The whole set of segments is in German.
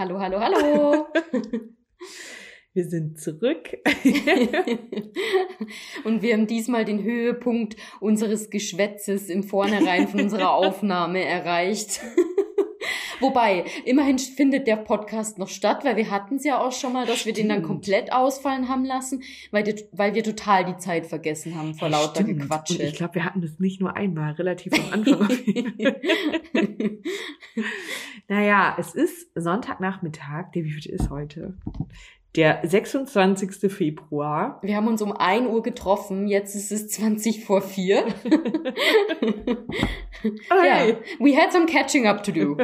Hallo, hallo, hallo. Wir sind zurück. Und wir haben diesmal den Höhepunkt unseres Geschwätzes im Vornherein von unserer Aufnahme erreicht. Wobei, immerhin findet der Podcast noch statt, weil wir hatten es ja auch schon mal, dass wir den dann komplett ausfallen haben lassen, weil wir total die Zeit vergessen haben vor lauter Gequatsche. Und ich glaube, wir hatten das nicht nur einmal, relativ am Anfang. Naja, es ist Sonntagnachmittag. Wie viel ist heute? Der 26. Februar. Wir haben uns um 1 Uhr getroffen, jetzt ist es 20 vor 4. Hey. Ja, we had some catching up to do.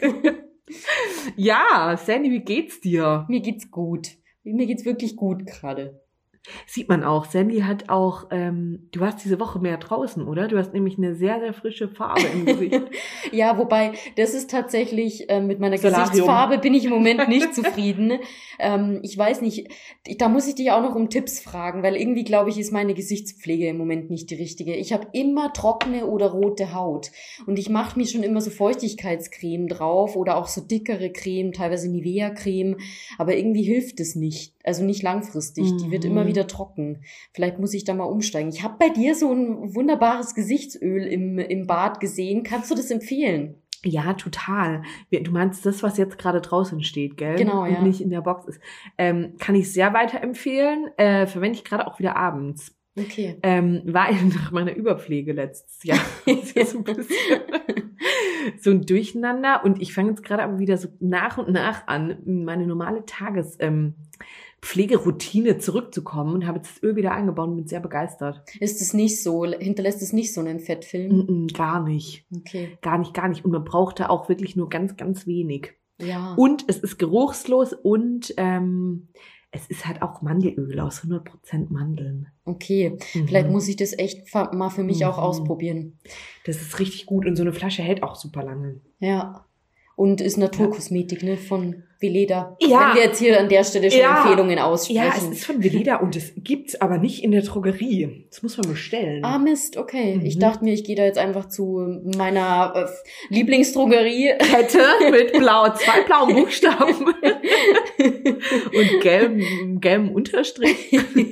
Ja, Sandy, wie geht's dir? Mir geht's gut. Mir geht's wirklich gut gerade. Sieht man auch. Sandy hat auch, du warst diese Woche mehr draußen, oder? Du hast nämlich eine sehr, sehr frische Farbe im Gesicht. Ja, wobei, das ist tatsächlich, mit meiner Solarium. Gesichtsfarbe bin ich im Moment nicht zufrieden. Ich weiß nicht, da muss ich dich auch noch um Tipps fragen, weil irgendwie, glaube ich, ist meine Gesichtspflege im Moment nicht die richtige. Ich habe immer trockene oder rote Haut und ich mache mir schon immer so Feuchtigkeitscreme drauf oder auch so dickere Creme, teilweise Nivea-Creme, aber irgendwie hilft es nicht. Also nicht langfristig, die wird immer wieder trocken. Vielleicht muss ich da mal umsteigen. Ich habe bei dir so ein wunderbares Gesichtsöl im Bad gesehen. Kannst du das empfehlen? Ja, total. Du meinst das, was jetzt gerade draußen steht, gell? Genau, ja. Und nicht in der Box ist. Kann ich sehr weiterempfehlen. Verwende ich gerade auch wieder abends. Okay. War nach meiner Überpflege letztes Jahr. Das ist so ein bisschen so ein Durcheinander. Und ich fange jetzt gerade aber wieder so nach und nach an, meine normale Pflegeroutine zurückzukommen und habe jetzt das Öl wieder eingebaut und bin sehr begeistert. Ist es nicht so? Hinterlässt es nicht so einen Fettfilm? Gar nicht. Okay. Gar nicht. Und man braucht da auch wirklich nur ganz, ganz wenig. Ja. Und es ist geruchslos und es ist halt auch Mandelöl aus 100% Mandeln. Okay. Vielleicht muss ich das echt mal für mich auch ausprobieren. Das ist richtig gut und so eine Flasche hält auch super lange. Ja. Und ist Naturkosmetik, ne, von Veleda. Ja. Wenn wir jetzt hier an der Stelle schon Empfehlungen aussprechen. Ja, es ist von Veleda und es gibt's aber nicht in der Drogerie. Das muss man bestellen. Ah, Mist, okay. Ich dachte mir, ich gehe da jetzt einfach zu meiner Lieblingsdrogerie. Kette mit zwei blauen Buchstaben und gelben Unterstrich.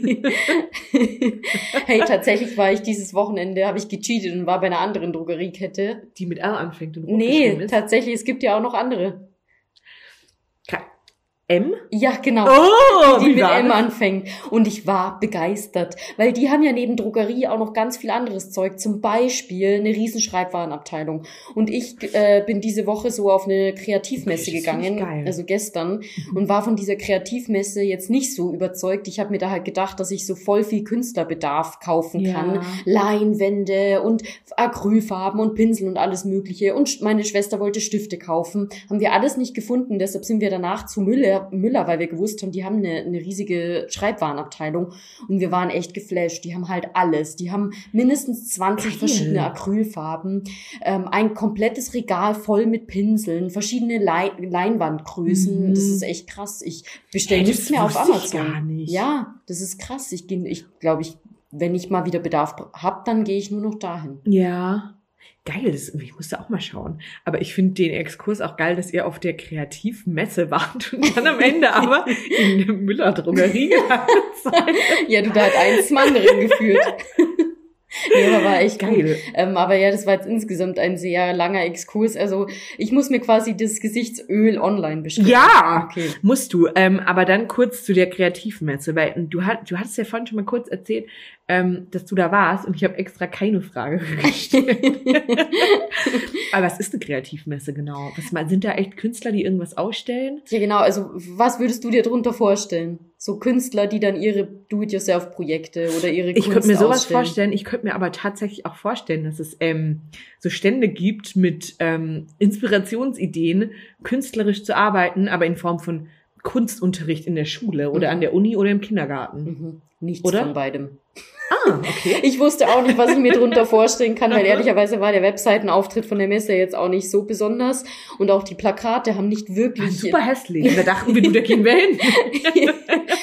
Hey, tatsächlich war ich dieses Wochenende, habe ich gecheatet und war bei einer anderen Drogeriekette. Die mit R anfängt und rot Nee, geschrieben ist. tatsächlich, es gibt ja auch noch andere. M? Ja, genau. Oh, Die wie mit war M das? anfängt. Und ich war begeistert, weil die haben ja neben Drogerie auch noch ganz viel anderes Zeug. Zum Beispiel eine riesen Schreibwarenabteilung. Und ich bin diese Woche so auf eine Kreativmesse Okay, das find ich gegangen, geil. also gestern, und war von dieser Kreativmesse jetzt nicht so überzeugt. Ich habe mir da halt gedacht, dass ich so voll viel Künstlerbedarf kaufen kann. Leinwände und Acrylfarben und Pinsel und alles Mögliche. Und meine Schwester wollte Stifte kaufen. Haben wir alles nicht gefunden, deshalb sind wir danach zu Müller, weil wir gewusst haben, die haben eine riesige Schreibwarenabteilung und wir waren echt geflasht. Die haben halt alles. Die haben mindestens 20 verschiedene Acrylfarben, ein komplettes Regal voll mit Pinseln, verschiedene Leinwandgrößen. Das ist echt krass. Ich bestelle nichts mehr auf Amazon. Gar nicht. Ja, das ist krass. Ich glaube, wenn ich mal wieder Bedarf habe, dann gehe ich nur noch dahin. Ja. Geil, ich musste auch mal schauen. Aber ich finde den Exkurs auch geil, dass ihr auf der Kreativmesse wart und dann am Ende aber in der Müller-Drogerie gelandet seid. Ja, du, da hat eins zum anderen geführt. Nee, aber war echt Geil. Gut. Aber ja, das war jetzt insgesamt ein sehr langer Exkurs. Also ich muss mir quasi das Gesichtsöl online bestellen. Ja, Okay. musst du. Aber dann kurz zu der Kreativmesse, weil du hattest ja vorhin schon mal kurz erzählt, dass du da warst und ich habe extra keine Frage gestellt. Aber was ist eine Kreativmesse genau? Sind da echt Künstler, die irgendwas ausstellen? Ja, genau. Also was würdest du dir darunter vorstellen? So Künstler, die dann ihre Do-it-yourself-Projekte oder ihre Kunst Ich könnte mir sowas ausstellen. vorstellen. Ich könnte mir aber tatsächlich auch vorstellen, dass es so Stände gibt mit Inspirationsideen, künstlerisch zu arbeiten, aber in Form von Kunstunterricht in der Schule oder an der Uni oder im Kindergarten. Nichts Oder? von beidem. Ah, okay. Ich wusste auch nicht, was ich mir drunter vorstellen kann, weil ehrlicherweise war der Webseitenauftritt von der Messe jetzt auch nicht so besonders und auch die Plakate haben nicht wirklich... Super hässlich. Da dachten wir, da gehen wir hin.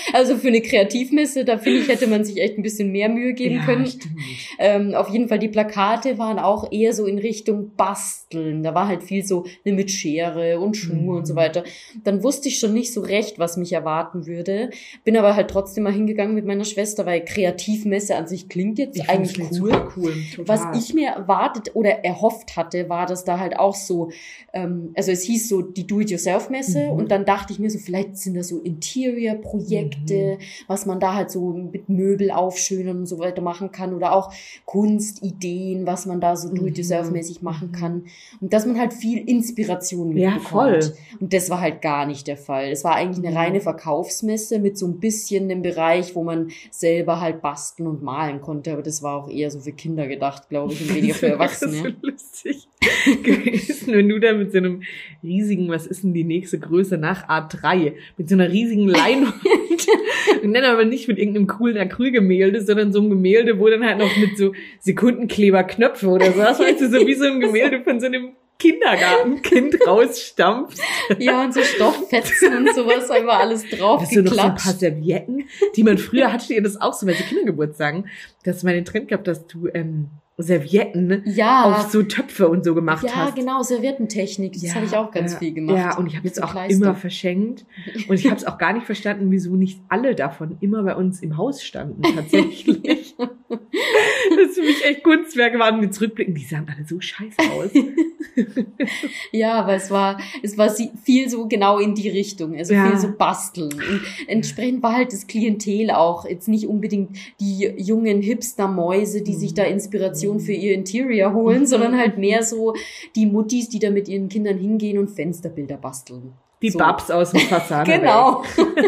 Also für eine Kreativmesse, da finde ich, hätte man sich echt ein bisschen mehr Mühe geben können. Auf jeden Fall, die Plakate waren auch eher so in Richtung Basteln. Da war halt viel so mit Schere und Schnur und so weiter. Dann wusste ich schon nicht so recht, was mich erwarten würde. Bin aber halt trotzdem mal hingegangen mit meiner Schwester, weil Kreativmesse an sich klingt jetzt eigentlich cool. Cool. Was ich mir erwartet oder erhofft hatte, war, dass da halt auch so, also es hieß so die Do-it-yourself-Messe und dann dachte ich mir so, vielleicht sind da so Interior-Projekte, was man da halt so mit Möbel aufschönern und so weiter machen kann oder auch Kunstideen, was man da so do-it-yourself-mäßig machen kann und dass man halt viel Inspiration mitbekommt. Ja, voll. Und das war halt gar nicht der Fall. Es war eigentlich eine reine Verkaufsmesse mit so ein bisschen einem Bereich, wo man selber halt basteln und malen konnte, aber das war auch eher so für Kinder gedacht, glaube ich, und weniger für Erwachsene. Das ist so lustig gewesen, wenn du da mit so einem riesigen, was ist denn die nächste Größe nach A3, mit so einer riesigen Leinwand und dann aber nicht mit irgendeinem coolen Acrylgemälde, sondern so ein Gemälde, wo dann halt noch mit so Sekundenkleber Knöpfe oder so, das weißt du, so wie so ein Gemälde von so einem Kindergartenkind rausstampfst. Ja, und so Stofffetzen und sowas, einfach alles drauf geklatscht. Noch so ein paar Servietten, die man früher, hattet ihr das auch so bei so Kindergeburtstagen, dass man den Trend gehabt, dass du Servietten auf so Töpfe und so gemacht hast. Ja, genau, Serviettentechnik, das habe ich auch ganz viel gemacht. Ja, und ich habe jetzt auch immer verschenkt und ich habe es auch gar nicht verstanden, wieso nicht alle davon immer bei uns im Haus standen, tatsächlich. Das für mich echt Kunstwerke waren, die zurückblicken, die sahen alle so scheiße aus. Ja, aber es war viel so genau in die Richtung, also viel so basteln. Und entsprechend war halt das Klientel auch jetzt nicht unbedingt die jungen Hipster-Mäuse, die sich da Inspiration für ihr Interior holen, sondern halt mehr so die Muttis, die da mit ihren Kindern hingehen und Fensterbilder basteln. Die Babs aus dem Fassade. Genau.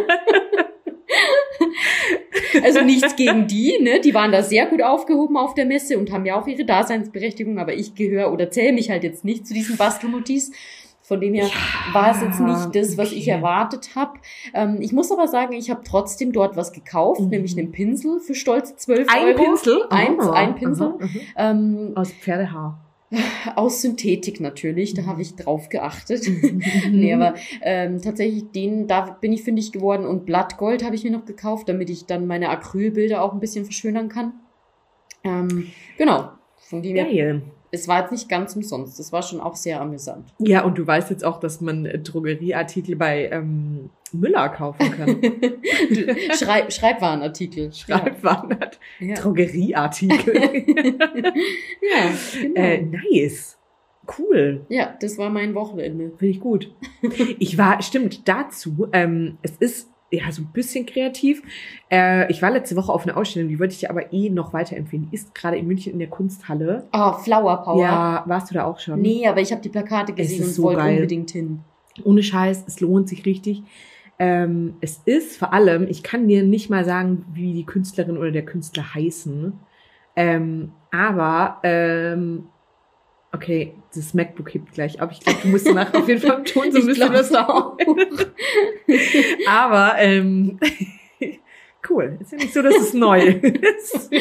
Also nichts gegen die, ne? Die waren da sehr gut aufgehoben auf der Messe und haben ja auch ihre Daseinsberechtigung, aber ich gehöre oder zähle mich halt jetzt nicht zu diesen Bastelmuttis. Von dem her war es jetzt nicht das, was ich erwartet habe. Ich muss aber sagen, ich habe trotzdem dort was gekauft, nämlich einen Pinsel für stolze 12 Euro. Ein Pinsel? Ein Pinsel. Aus Pferdehaar. Aus Synthetik natürlich, da habe ich drauf geachtet. Nee, aber tatsächlich da bin ich fündig geworden und Blattgold habe ich mir noch gekauft, damit ich dann meine Acrylbilder auch ein bisschen verschönern kann. Genau. Von dem her, es war jetzt nicht ganz umsonst, das war schon auch sehr amüsant. Ja, und du weißt jetzt auch, dass man Drogerieartikel bei Müller kaufen kann. Schreibwarenartikel. Schreibwarenartikel. Ja. Drogerieartikel. Ja, genau. Nice. Cool. Ja, das war mein Wochenende. Finde ich gut. Stimmt, dazu, es ist ja so ein bisschen kreativ. Ich war letzte Woche auf einer Ausstellung, die wollte ich dir aber noch weiterempfehlen. Die ist gerade in München in der Kunsthalle. Flower Power. Ja, warst du da auch schon? Nee, aber ich habe die Plakate gesehen und wollte unbedingt hin. Ohne Scheiß, es lohnt sich richtig. Es ist vor allem, ich kann dir nicht mal sagen, wie die Künstlerin oder der Künstler heißen, okay, das MacBook hebt gleich ab. Ich glaube, du musst danach auf jeden Fall im Ton so ein bisschen was auch. Aber cool. Ist ja nicht so, dass es neu ist.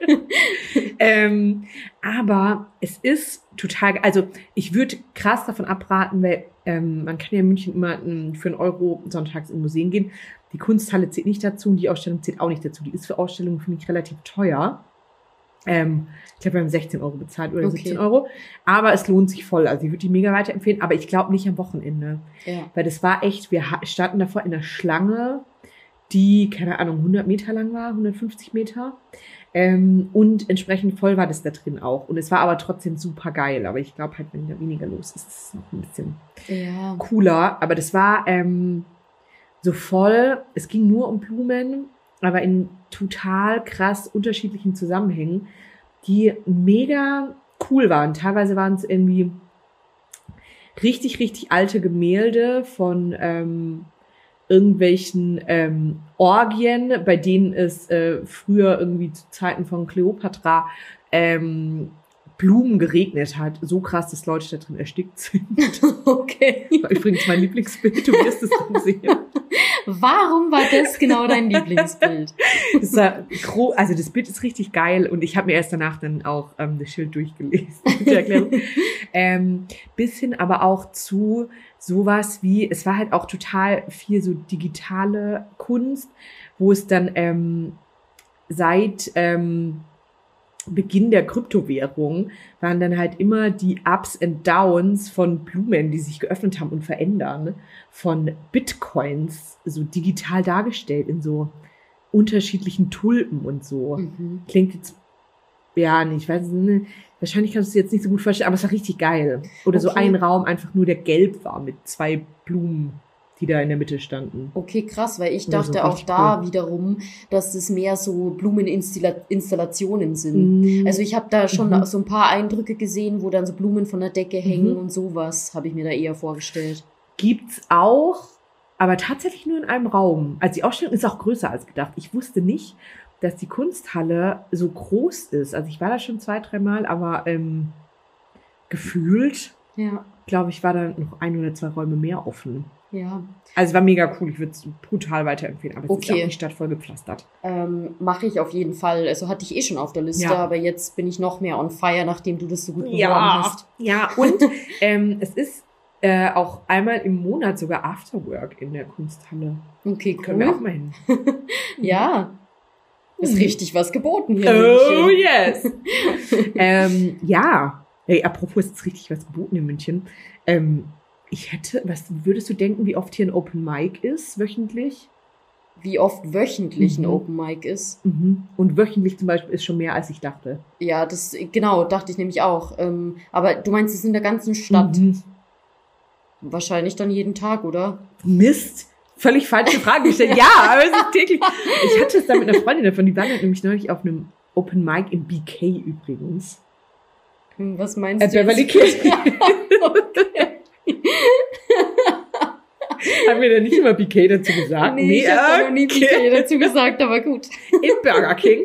Aber es ist total, also ich würde krass davon abraten, weil man kann ja in München immer für 1 Euro sonntags in Museen gehen. Die Kunsthalle zählt nicht dazu und die Ausstellung zählt auch nicht dazu. Die ist für Ausstellungen, finde ich, relativ teuer. Ich glaube, wir haben 16 Euro bezahlt oder 17 Euro. Aber es lohnt sich voll. Also ich würde die mega weiterempfehlen, aber ich glaube nicht am Wochenende. Ja. Weil das war echt, wir standen davor in der Schlange, die, keine Ahnung, 100 Meter lang war, 150 Meter. Und entsprechend voll war das da drin auch. Und es war aber trotzdem super geil. Aber ich glaube halt, wenn da weniger los ist, ist es noch ein bisschen cooler. Aber das war so voll. Es ging nur um Blumen, aber in total krass unterschiedlichen Zusammenhängen, die mega cool waren. Teilweise waren es irgendwie richtig, richtig alte Gemälde von irgendwelchen Orgien, bei denen es früher irgendwie zu Zeiten von Kleopatra Blumen geregnet hat. So krass, dass Leute da drin erstickt sind. Okay. Das war übrigens mein Lieblingsbild, du wirst es dann sehen. Warum war das genau dein Lieblingsbild? Also das Bild ist richtig geil und ich habe mir erst danach dann auch das Schild durchgelesen. Mit der Erklärung. Bis hin aber auch zu sowas wie, es war halt auch total viel so digitale Kunst, wo es dann seit Beginn der Kryptowährung waren dann halt immer die Ups and Downs von Blumen, die sich geöffnet haben und verändern, von Bitcoins so digital dargestellt in so unterschiedlichen Tulpen und so. Mhm. Klingt jetzt, ja, ich weiß nicht, wahrscheinlich kannst du es jetzt nicht so gut vorstellen, aber es war richtig geil. Oder so ein Raum einfach nur, der gelb war mit 2 Blumen, die da in der Mitte standen. Okay, krass, weil ich Oder dachte so auch richtig da cool. wiederum, dass es mehr so Blumeninstallationen sind. Also ich habe da schon so ein paar Eindrücke gesehen, wo dann so Blumen von der Decke hängen und sowas, habe ich mir da eher vorgestellt. Gibt's auch, aber tatsächlich nur in einem Raum. Also die Ausstellung ist auch größer als gedacht. Ich wusste nicht, dass die Kunsthalle so groß ist. Also ich war da schon 2-3 Mal, aber gefühlt, Ja, glaube ich, war da noch 1 oder 2 Räume mehr offen. ja. Also war mega cool. Ich würde es brutal weiterempfehlen. Aber es ist ja Okay. auch die Stadt voll gepflastert. Mache ich auf jeden Fall. Also hatte ich schon auf der Liste, Ja. aber jetzt bin ich noch mehr on fire, nachdem du das so gut beworben Ja, hast. ja. Und es ist auch einmal im Monat sogar Afterwork in der Kunsthalle. Okay, Können wir auch cool. mal hin. Ja. Ist richtig was geboten hier. Oh München. yes. Ja. Hey, apropos, ist richtig was geboten in München. Was würdest du denken, wie oft hier ein Open Mic ist, wöchentlich? Wie oft wöchentlich ein Open Mic ist. Und wöchentlich zum Beispiel ist schon mehr, als ich dachte. Ja, genau, dachte ich nämlich auch. Aber du meinst, es ist in der ganzen Stadt. Wahrscheinlich dann jeden Tag, oder? Mist. Völlig falsche Frage gestellt. Ja, aber es ist täglich. Ich hatte es da mit einer Freundin davon, die waren halt nämlich neulich auf einem Open Mic im BK übrigens. Was meinst At du? Beverly jetzt? Hills. Haben wir da nicht immer BK dazu gesagt? Nee, ich habe noch nie okay. BK dazu gesagt, aber gut. Im Burger King.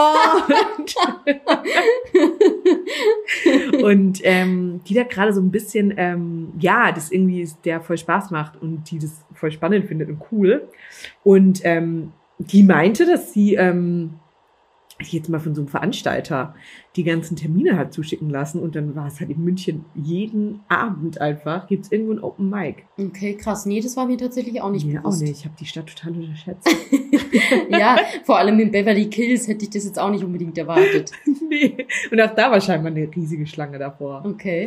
Und die da gerade so ein bisschen, das irgendwie der voll Spaß macht und die das voll spannend findet und cool. Und die meinte, dass sie jetzt mal von so einem Veranstalter die ganzen Termine hat zuschicken lassen und dann war es halt in München jeden Abend einfach, gibt's irgendwo ein Open Mic. Okay, krass. Nee, das war mir tatsächlich auch nicht Ja, auch bewusst. nicht. Ich habe die Stadt total unterschätzt. Ja, vor allem in Beverly Hills hätte ich das jetzt auch nicht unbedingt erwartet. Nee. Und auch da war scheinbar eine riesige Schlange davor. Okay.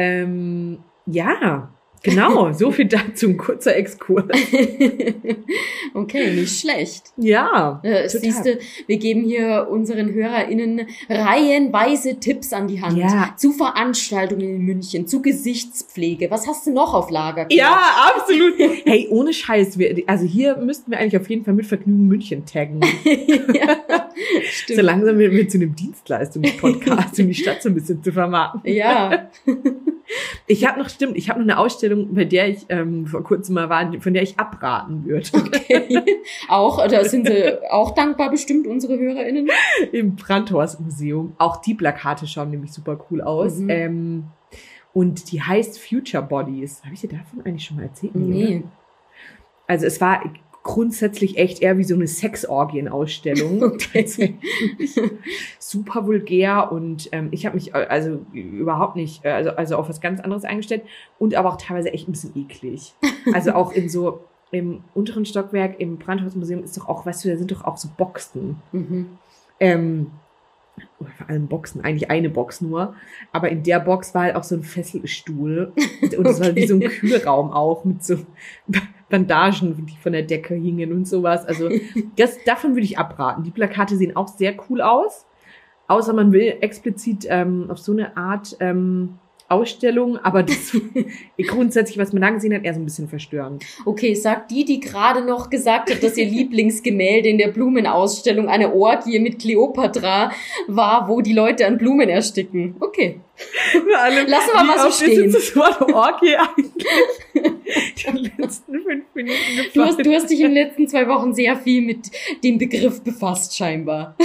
Ja, genau. So viel dazu. Ein kurzer Exkurs. Okay, nicht schlecht. Ja, Siehste, wir geben hier unseren HörerInnen reihenweise Tipps an die Hand. Ja. Zu Veranstaltungen in München, zu Gesichtspflege. Was hast du noch auf Lager? Ja, absolut. Hey, ohne Scheiß. Also hier müssten wir eigentlich auf jeden Fall mit Vergnügen München taggen. Ja, stimmt. So langsam werden wir zu einem Dienstleistungspodcast, um die Stadt so ein bisschen zu vermarkten. Ja. Ich habe noch eine Ausstellung, bei der ich vor kurzem mal war, von der ich abraten würde. Okay. Da sind sie auch dankbar bestimmt, unsere HörerInnen. Im Brandhorst-Museum. Auch die Plakate schauen nämlich super cool aus. Und die heißt Future Bodies. Habe ich dir davon eigentlich schon mal erzählt? Nee. Also es war grundsätzlich echt eher wie so eine Sexorgien-Ausstellung. Okay. Super vulgär und ich habe mich also überhaupt nicht, also auf was ganz anderes eingestellt und aber auch teilweise echt ein bisschen eklig. Also auch im unteren Stockwerk im Brandhorst-Museum ist doch auch, weißt du, da sind doch auch so Boxen. Vor allem Boxen, eigentlich eine Box nur. Aber in der Box war halt auch so ein Fesselstuhl. Und es war wie so ein Kühlraum auch mit so Bandagen, die von der Decke hingen und sowas. Also davon würde ich abraten. Die Plakate sehen auch sehr cool aus. Außer man will explizit auf so eine Art Ausstellung, aber das grundsätzlich, was man da gesehen hat, eher so ein bisschen verstörend. Okay, sagt die gerade noch gesagt hat, dass ihr Lieblingsgemälde in der Blumenausstellung eine Orgie mit Kleopatra war, wo die Leute an Blumen ersticken. Okay. Lassen wir mal so stehen. Das Wort Orgie eigentlich die letzten 5 Minuten gefallen. Du hast dich in den letzten 2 Wochen sehr viel mit dem Begriff befasst, scheinbar.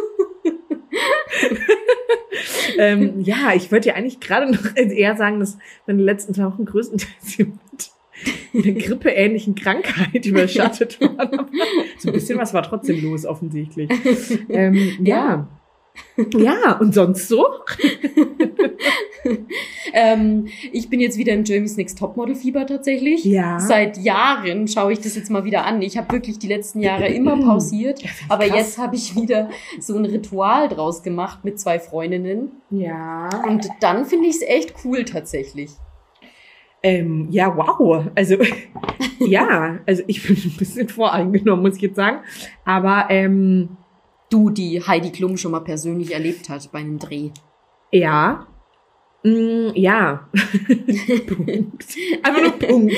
Ja, ich wollte ja eigentlich gerade noch eher sagen, dass meine letzten 2 Wochen größtenteils mit einer grippeähnlichen Krankheit überschattet waren. Aber so ein bisschen was war trotzdem los, offensichtlich. Ja, und sonst so? Ich bin jetzt wieder im Germany's Next Topmodel-Fieber tatsächlich. Ja. Seit Jahren schaue ich das jetzt mal wieder an. Ich habe wirklich die letzten Jahre immer pausiert. Aber jetzt habe ich wieder so ein Ritual draus gemacht mit 2 Freundinnen. Ja. Und dann finde ich es echt cool tatsächlich. Ja, wow. Also, ja, also ich bin ein bisschen voreingenommen, muss ich jetzt sagen. Aber, Du, die Heidi Klum schon mal persönlich erlebt hat bei einem Dreh. ja. Ja. Punkt. Einfach nur Punkt.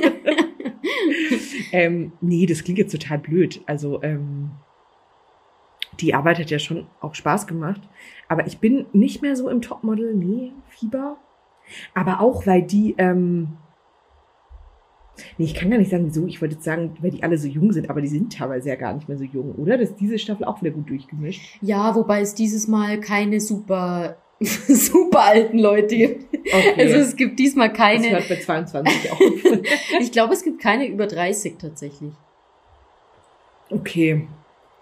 Nee, das klingt jetzt total blöd. Also, die Arbeit hat ja schon auch Spaß gemacht. Aber ich bin nicht mehr so im Topmodel, nee, Fieber. Aber auch, weil die, nee, ich kann gar nicht sagen, wieso. Ich wollte jetzt sagen, weil die alle so jung sind, aber die sind teilweise ja gar nicht mehr so jung, oder? Das ist diese Staffel auch wieder gut durchgemischt. Ja, wobei es dieses Mal keine super alten Leute gibt. Okay. Also es gibt diesmal keine. Das hört bei 22 auf. Ich glaube, es gibt keine über 30 tatsächlich. Okay.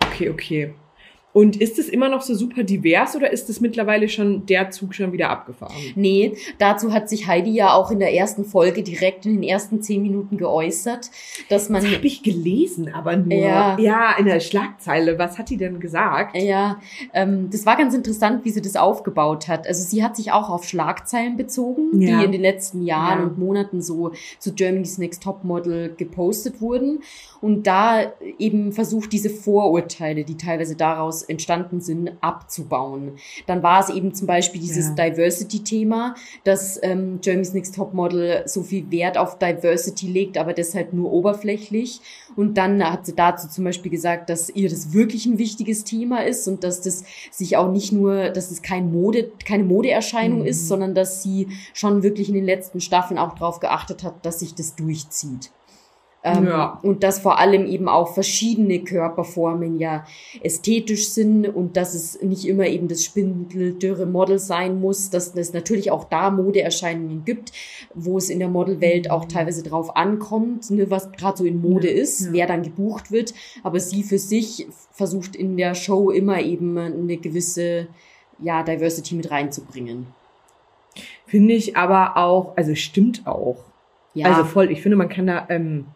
Und ist es immer noch so super divers oder ist es mittlerweile schon der Zug schon wieder abgefahren? Nee, dazu hat sich Heidi ja auch in der ersten Folge direkt in den ersten 10 Minuten geäußert, dass man... Das habe ich gelesen, aber nur... Ja, in der Schlagzeile. Was hat die denn gesagt? Ja, das war ganz interessant, wie sie das aufgebaut hat. Also sie hat sich auch auf Schlagzeilen bezogen, die in den letzten Jahren und Monaten so zu Germany's Next Topmodel gepostet wurden. Und da eben versucht, diese Vorurteile, die teilweise daraus entstanden sind, abzubauen. Dann war es eben zum Beispiel dieses Diversity-Thema, dass Germany's Next Topmodel so viel Wert auf Diversity legt, aber deshalb nur oberflächlich. Und dann hat sie dazu zum Beispiel gesagt, dass ihr das wirklich ein wichtiges Thema ist und dass das sich auch nicht nur, dass es keine Modeerscheinung ist, sondern dass sie schon wirklich in den letzten Staffeln auch darauf geachtet hat, dass sich das durchzieht. Und dass vor allem eben auch verschiedene Körperformen ja ästhetisch sind und dass es nicht immer eben das spindeldürre Model sein muss, dass es natürlich auch da Modeerscheinungen gibt, wo es in der Modelwelt auch teilweise drauf ankommt, ne, was gerade so in Mode ist, wer dann gebucht wird, aber sie für sich versucht in der Show immer eben eine gewisse Diversity mit reinzubringen. Finde ich aber auch, also stimmt auch. Ja. Also voll, ich finde, man kann da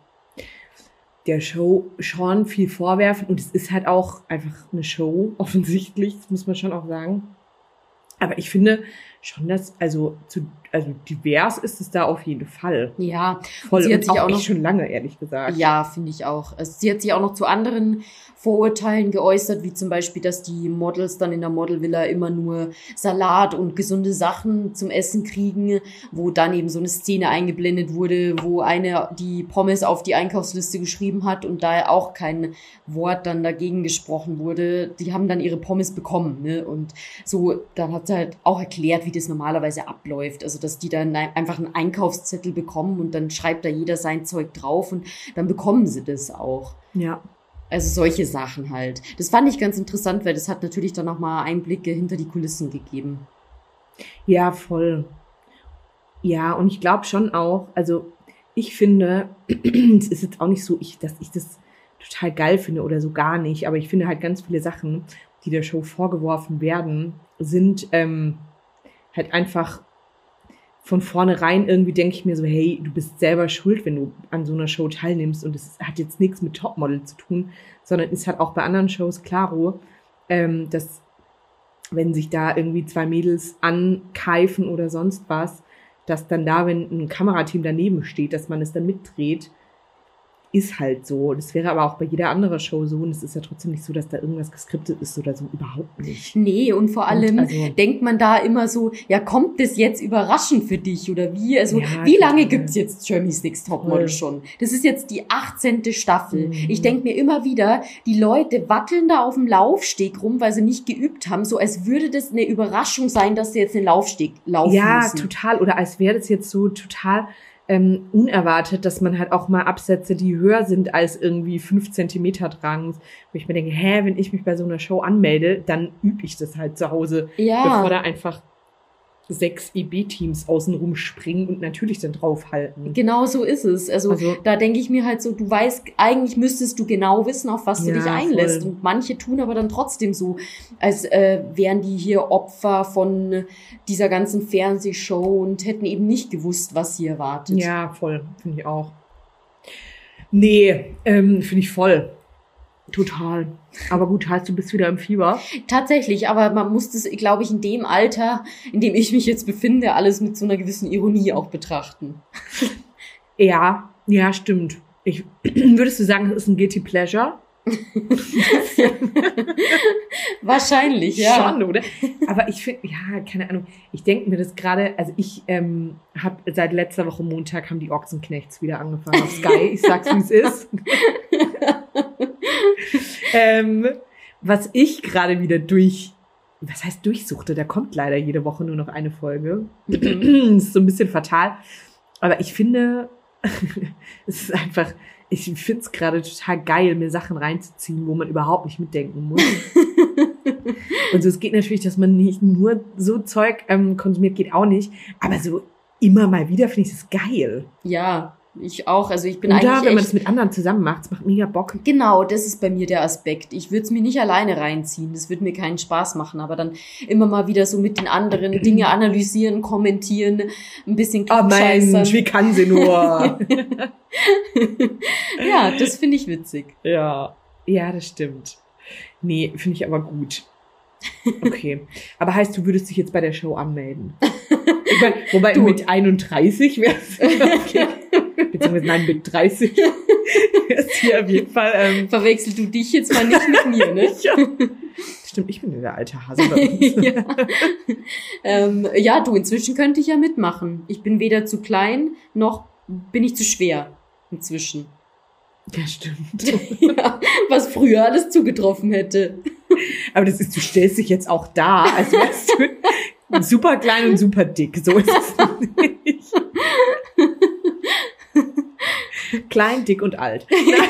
der Show schon viel vorwerfen und es ist halt auch einfach eine Show, offensichtlich, das muss man schon auch sagen. Aber ich finde schon, dass, also divers ist es da auf jeden Fall. Ja. Voll, sie hat sich auch noch schon lange, ehrlich gesagt. Ja, finde ich auch. Also sie hat sich auch noch zu anderen Vorurteilen geäußert, wie zum Beispiel, dass die Models dann in der Modelvilla immer nur Salat und gesunde Sachen zum Essen kriegen, wo dann eben so eine Szene eingeblendet wurde, wo eine die Pommes auf die Einkaufsliste geschrieben hat und da auch kein Wort dann dagegen gesprochen wurde. Die haben dann ihre Pommes bekommen, ne? Und so, dann hat sie halt auch erklärt, wie das normalerweise abläuft. Also, dass die dann einfach einen Einkaufszettel bekommen und dann schreibt da jeder sein Zeug drauf und dann bekommen sie das auch. Ja. Also solche Sachen halt. Das fand ich ganz interessant, weil das hat natürlich dann auch mal Einblicke hinter die Kulissen gegeben. Ja, voll. Ja, und ich glaube schon auch, also ich finde, es ist jetzt auch nicht so, dass ich das total geil finde oder so gar nicht, aber ich finde halt ganz viele Sachen, die der Show vorgeworfen werden, sind halt einfach von vornherein irgendwie denke ich mir so, hey, du bist selber schuld, wenn du an so einer Show teilnimmst und es hat jetzt nichts mit Topmodel zu tun, sondern ist halt auch bei anderen Shows klaro, dass wenn sich da irgendwie 2 Mädels ankeifen oder sonst was, dass dann da, wenn ein Kamerateam daneben steht, dass man es dann mitdreht, ist halt so. Das wäre aber auch bei jeder anderen Show so und es ist ja trotzdem nicht so, dass da irgendwas geskriptet ist oder so, überhaupt nicht. Nee, und vor allem denkt man da immer so, ja, kommt das jetzt überraschend für dich oder wie? Also, wie lange gibt's jetzt Germany's Next Topmodel schon? Das ist jetzt die 18. Staffel. Ich denke mir immer wieder, die Leute wackeln da auf dem Laufsteg rum, weil sie nicht geübt haben, so als würde das eine Überraschung sein, dass sie jetzt den Laufsteg laufen müssen. Ja, total. Oder als wäre das jetzt so total unerwartet, dass man halt auch mal Absätze, die höher sind als irgendwie 5 Zentimeter tragen, wo ich mir denke, wenn ich mich bei so einer Show anmelde, dann übe ich das halt zu Hause, bevor da einfach 6 EB-Teams außenrum springen und natürlich dann draufhalten. Genau so ist es. Also da denke ich mir halt so, du weißt, eigentlich müsstest du genau wissen, auf was du dich einlässt. Voll. Und manche tun aber dann trotzdem so, als wären die hier Opfer von dieser ganzen Fernsehshow und hätten eben nicht gewusst, was sie erwartet. Ja, voll. Finde ich auch. Nee, finde ich voll. Total. Aber gut, heißt, du bist wieder im Fieber? Tatsächlich, aber man muss das, glaube ich, in dem Alter, in dem ich mich jetzt befinde, alles mit so einer gewissen Ironie auch betrachten. Ja, stimmt. Würdest du sagen, das ist ein Guilty Pleasure? Wahrscheinlich, ja. Schon, oder? Aber ich finde, ja, keine Ahnung. Ich denke mir das gerade, also ich habe seit letzter Woche Montag haben die Ochsenknechts wieder angefangen auf Sky. Ich sag's, wie es ist. Was ich gerade wieder was heißt durchsuchte? Da kommt leider jede Woche nur noch eine Folge. Ist so ein bisschen fatal. Aber ich finde, es ist einfach, ich finde es gerade total geil, mir Sachen reinzuziehen, wo man überhaupt nicht mitdenken muss. Und so, es geht natürlich, dass man nicht nur so Zeug konsumiert, geht auch nicht. Aber so immer mal wieder finde ich das geil. Ja, ich auch. Also ich bin oder eigentlich wenn man das mit anderen zusammen macht, es macht mega Bock. Genau, das ist bei mir der Aspekt. Ich würde es mir nicht alleine reinziehen. Das würde mir keinen Spaß machen. Aber dann immer mal wieder so mit den anderen Dinge analysieren, kommentieren, ein bisschen klugscheißern. Oh Mensch, wie kann sie nur? Ja, das finde ich witzig. Ja, das stimmt. Nee, finde ich aber gut. Okay. Aber heißt, du würdest dich jetzt bei der Show anmelden? Ich meine, wobei mit 31 wär's okay. Beziehungsweise nein, mit 30 wär's hier auf jeden Fall. Verwechselst du dich jetzt mal nicht mit mir, ne? Ja. Stimmt, ich bin ja der alte Hase bei uns. Ja, du, inzwischen könnte ich ja mitmachen. Ich bin weder zu klein, noch bin ich zu schwer inzwischen. Ja, stimmt. Ja, was früher alles zugetroffen hätte. Aber das ist, du stellst dich jetzt auch da, als wärst du super klein und super dick. So ist es nicht. Klein, dick und alt.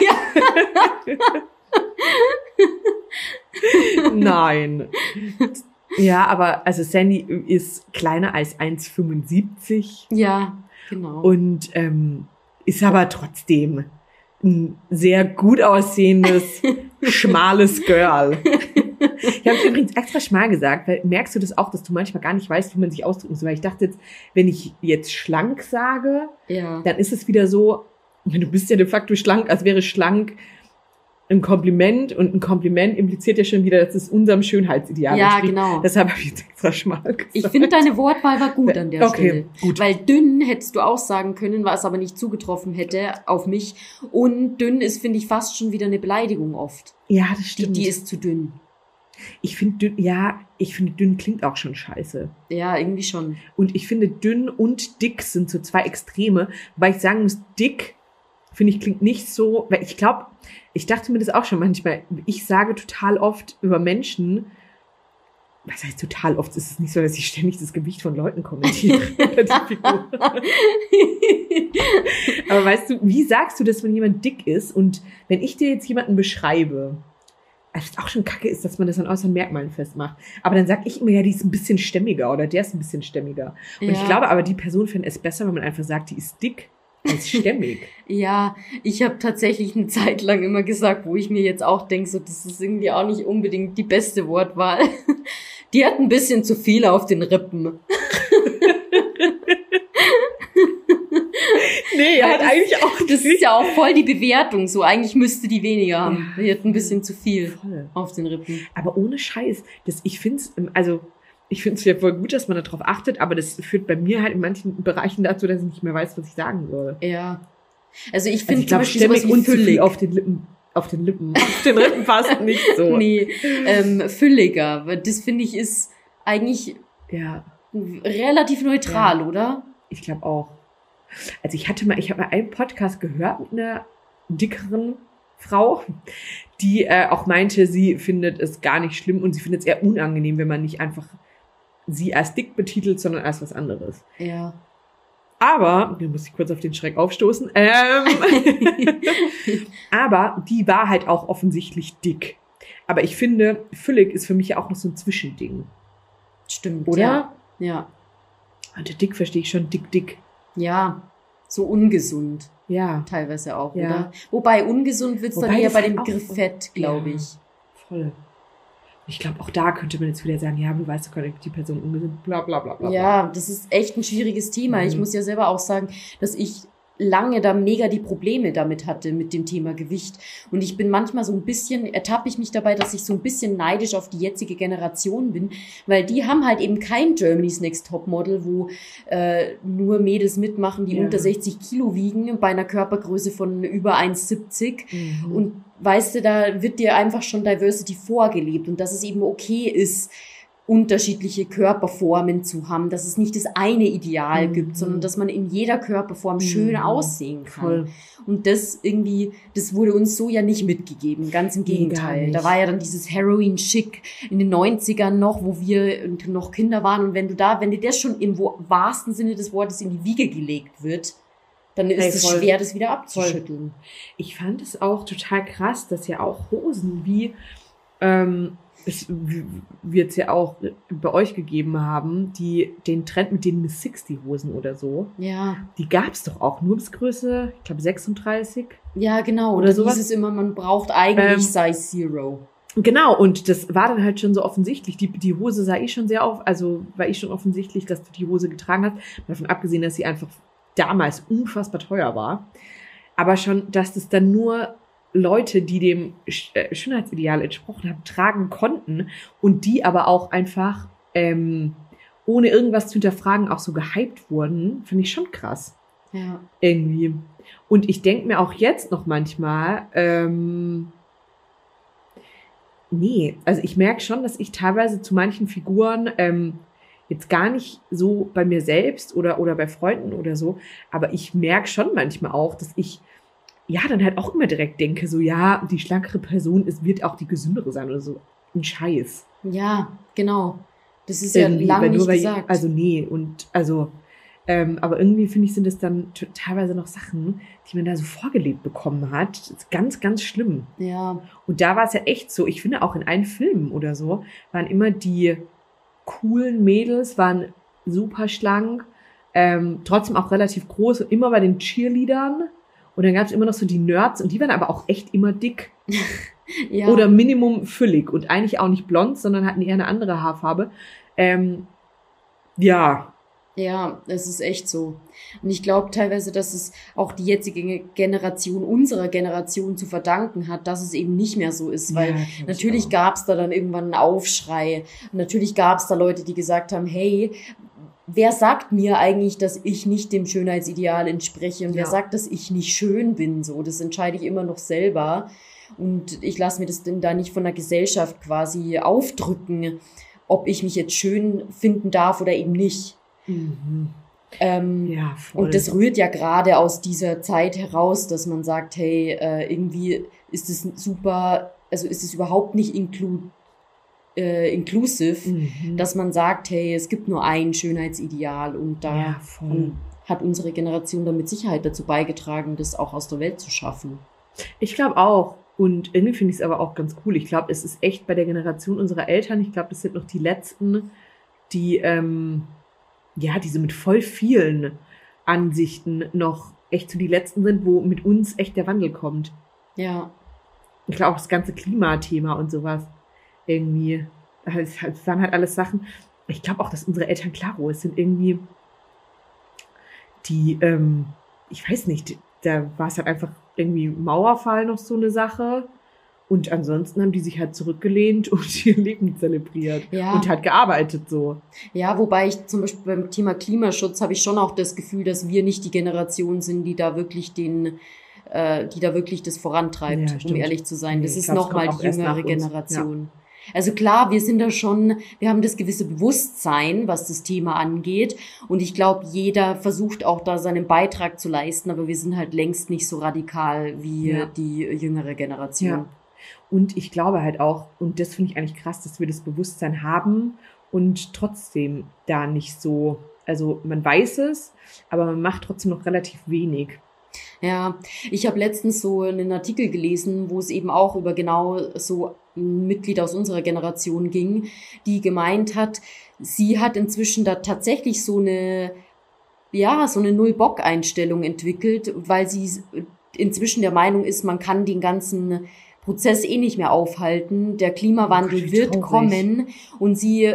Nein. Ja, aber also Sandy ist kleiner als 1,75. Ja, genau. Und ist aber trotzdem ein sehr gut aussehendes, schmales Girl. Ich habe es übrigens extra schmal gesagt, weil merkst du das auch, dass du manchmal gar nicht weißt, wie man sich ausdrücken soll. Weil ich dachte jetzt, wenn ich jetzt schlank sage, dann ist es wieder so, du bist ja de facto schlank, als wäre schlank ein Kompliment und ein Kompliment impliziert ja schon wieder, dass es unserem Schönheitsideal entspricht. Genau. Deshalb habe ich jetzt extra schmal gesagt. Ich finde, deine Wortwahl war gut an der Stelle. Gut. Weil dünn hättest du auch sagen können, was aber nicht zugetroffen hätte auf mich. Und dünn ist, finde ich, fast schon wieder eine Beleidigung oft. Ja, das stimmt. Die ist zu dünn. Ich finde dünn klingt auch schon scheiße. Ja, irgendwie schon. Und ich finde dünn und dick sind so zwei Extreme, weil ich sagen muss, dick finde ich klingt nicht so, weil ich glaube, ich dachte mir das auch schon manchmal, ich sage total oft über Menschen, was heißt total oft, ist es nicht so, dass ich ständig das Gewicht von Leuten kommentiere. Aber weißt du, wie sagst du das, wenn jemand dick ist und wenn ich dir jetzt jemanden beschreibe, was auch schon kacke ist, dass man das an äußeren Merkmalen festmacht. Aber dann sag ich immer, ja, die ist ein bisschen stämmiger oder der ist ein bisschen stämmiger. Und ich glaube aber, die Person fände es besser, wenn man einfach sagt, die ist dick als stämmig. Ja, ich habe tatsächlich eine Zeit lang immer gesagt, wo ich mir jetzt auch denke, so, das ist irgendwie auch nicht unbedingt die beste Wortwahl. Die hat ein bisschen zu viel auf den Rippen. Nee, er hat eigentlich auch. Das ist ja auch voll die Bewertung. So, eigentlich müsste die weniger haben. Die hat ein bisschen zu viel auf den Rippen. Aber ohne Scheiß, ich finde es ja voll gut, dass man darauf achtet, aber das führt bei mir halt in manchen Bereichen dazu, dass ich nicht mehr weiß, was ich sagen soll. Ja. Also ich finde zum Beispiel sowas wie füllig auf den Rippen passt nicht so. Nee, fülliger. Das finde ich ist eigentlich relativ neutral, oder? Ich glaube auch. Also ich habe mal einen Podcast gehört mit einer dickeren Frau, die auch meinte, sie findet es gar nicht schlimm und sie findet es eher unangenehm, wenn man nicht einfach sie als dick betitelt, sondern als was anderes. Ja. Aber, da muss ich kurz auf den Schreck aufstoßen, aber die war halt auch offensichtlich dick. Aber ich finde, füllig ist für mich ja auch noch so ein Zwischending. Stimmt, oder? Ja. Unter dick verstehe ich schon dick. Ja, so ungesund. Ja. Teilweise auch, Ja. oder? Wobei ungesund wird's dann eher das bei halt dem auch Begriff Fett, glaube ja, ich. Voll. Ich glaube, auch da könnte man jetzt wieder sagen, ja, du weißt doch gar nicht, die Person ungesund, bla bla bla bla. Ja, das ist echt ein schwieriges Thema. Ich muss ja selber auch sagen, dass ich lange da mega die Probleme damit hatte, mit dem Thema Gewicht. Und ich bin manchmal so ein bisschen, ertappe ich mich dabei, dass ich so ein bisschen neidisch auf die jetzige Generation bin, weil die haben halt eben kein Germany's Next Topmodel, wo nur Mädels mitmachen, die unter 60 Kilo wiegen, bei einer Körpergröße von über 1,70. Und weißt du, da wird dir einfach schon Diversity vorgelebt und dass es eben okay ist, unterschiedliche Körperformen zu haben, dass es nicht das eine Ideal gibt, sondern dass man in jeder Körperform schön aussehen kann. Voll. Und das irgendwie, das wurde uns so ja nicht mitgegeben, ganz im Gegenteil. Da war ja dann dieses Heroin-Chic in den 90ern noch, wo wir noch Kinder waren und wenn dir das schon im wahrsten Sinne des Wortes in die Wiege gelegt wird, dann ist es schwer, das wieder abzuschütteln. Ich fand es auch total krass, dass ja auch Hosen wie es wird es ja auch bei euch gegeben haben, den Trend mit den Miss 60 Hosen oder so. Ja. Die gab es doch auch nur bis Größe, ich glaube 36. Ja, genau. Oder so. Hieß es immer, man braucht eigentlich Size Zero. Genau, und das war dann halt schon so offensichtlich. Die Hose sah ich schon sehr war ich schon offensichtlich, dass du die Hose getragen hast. Davon abgesehen, dass sie einfach damals unfassbar teuer war. Aber schon, dass das dann nur Leute, die dem Schönheitsideal entsprochen haben, tragen konnten und die aber auch einfach ohne irgendwas zu hinterfragen auch so gehypt wurden, finde ich schon krass. Ja. Irgendwie. Und ich denke mir auch jetzt noch manchmal, also ich merke schon, dass ich teilweise zu manchen Figuren jetzt gar nicht so bei mir selbst oder bei Freunden oder so, aber ich merke schon manchmal auch, dass ich ja dann halt auch immer direkt denke, so ja, die schlankere Person wird auch die gesündere sein oder so. Ein Scheiß. Ja, genau. Das ist ja lange nicht gesagt. Aber irgendwie finde ich, sind es dann teilweise noch Sachen, die man da so vorgelebt bekommen hat. Das ist ganz, ganz schlimm. Ja. Und da war es ja echt so, ich finde auch in allen Filmen oder so, waren immer die coolen Mädels, waren super schlank, trotzdem auch relativ groß, immer bei den Cheerleadern. Und dann gab es immer noch so die Nerds und die waren aber auch echt immer dick. Ja. Oder Minimum füllig und eigentlich auch nicht blond, sondern hatten eher eine andere Haarfarbe. Ja. Ja, es ist echt so. Und ich glaube teilweise, dass es auch die jetzige Generation, unserer Generation zu verdanken hat, dass es eben nicht mehr so ist. Weil natürlich gab es da dann irgendwann einen Aufschrei. Und natürlich gab es da Leute, die gesagt haben, hey, wer sagt mir eigentlich, dass ich nicht dem Schönheitsideal entspreche? Und wer sagt, dass ich nicht schön bin? So, das entscheide ich immer noch selber. Und ich lasse mir das denn da nicht von der Gesellschaft quasi aufdrücken, ob ich mich jetzt schön finden darf oder eben nicht. Mhm. Ja, voll. Und das rührt ja gerade aus dieser Zeit heraus, dass man sagt, hey, irgendwie ist es super, also ist es überhaupt nicht inclusive, dass man sagt, hey, es gibt nur ein Schönheitsideal und da hat unsere Generation dann mit Sicherheit dazu beigetragen, das auch aus der Welt zu schaffen. Ich glaube auch. Und irgendwie finde ich es aber auch ganz cool. Ich glaube, es ist echt bei der Generation unserer Eltern, ich glaube, das sind noch die Letzten, die die so mit voll vielen Ansichten noch echt so die Letzten sind, wo mit uns echt der Wandel kommt. Ja. Ich glaube auch das ganze Klimathema und sowas irgendwie, das waren halt alles Sachen. Ich glaube auch, dass unsere Eltern, klaro, es sind irgendwie die, ich weiß nicht, da war es halt einfach irgendwie Mauerfall noch so eine Sache. Und ansonsten haben die sich halt zurückgelehnt und ihr Leben zelebriert und halt gearbeitet so. Ja, wobei ich zum Beispiel beim Thema Klimaschutz habe ich schon auch das Gefühl, dass wir nicht die Generation sind, die da wirklich das vorantreibt, um ehrlich zu sein. Das ist nochmal die jüngere Generation. Ja. Also klar, wir haben das gewisse Bewusstsein, was das Thema angeht. Und ich glaube, jeder versucht auch da seinen Beitrag zu leisten, aber wir sind halt längst nicht so radikal wie die jüngere Generation. Ja. Und ich glaube halt auch, und das finde ich eigentlich krass, dass wir das Bewusstsein haben und trotzdem da nicht so, also man weiß es, aber man macht trotzdem noch relativ wenig. Ja, ich habe letztens so einen Artikel gelesen, wo es eben auch über genau so ein Mitglied aus unserer Generation ging, die gemeint hat, sie hat inzwischen da tatsächlich so eine Null-Bock-Einstellung entwickelt, weil sie inzwischen der Meinung ist, man kann den ganzen Prozess eh nicht mehr aufhalten. Der Klimawandel wird kommen und sie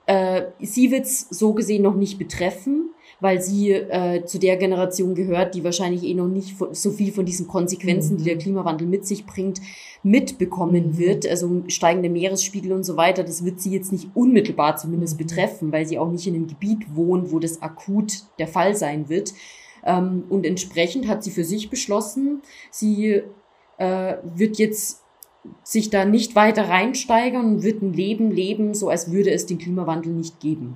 wird's so gesehen noch nicht betreffen, weil sie zu der Generation gehört, die wahrscheinlich eh noch nicht so viel von diesen Konsequenzen, die der Klimawandel mit sich bringt, mitbekommen wird. Also steigende Meeresspiegel und so weiter, das wird sie jetzt nicht unmittelbar zumindest betreffen, weil sie auch nicht in einem Gebiet wohnt, wo das akut der Fall sein wird. Und entsprechend hat sie für sich beschlossen, sie wird jetzt sich da nicht weiter reinsteigern und wird ein Leben leben, so als würde es den Klimawandel nicht geben.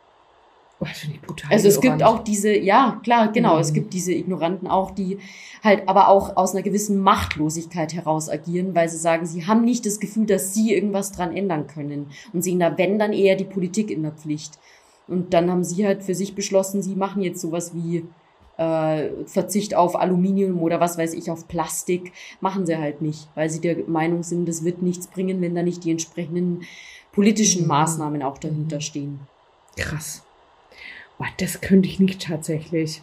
Oh, das finde ich brutal. Also es gibt auch diese, ja klar, genau, es gibt diese Ignoranten auch, die halt aber auch aus einer gewissen Machtlosigkeit heraus agieren, weil sie sagen, sie haben nicht das Gefühl, dass sie irgendwas dran ändern können und sehen da, wenn, dann eher die Politik in der Pflicht. Und dann haben sie halt für sich beschlossen, sie machen jetzt sowas wie Verzicht auf Aluminium oder was weiß ich, auf Plastik, machen sie halt nicht, weil sie der Meinung sind, das wird nichts bringen, wenn da nicht die entsprechenden politischen Maßnahmen auch dahinter stehen. Krass. Boah, das könnte ich nicht tatsächlich.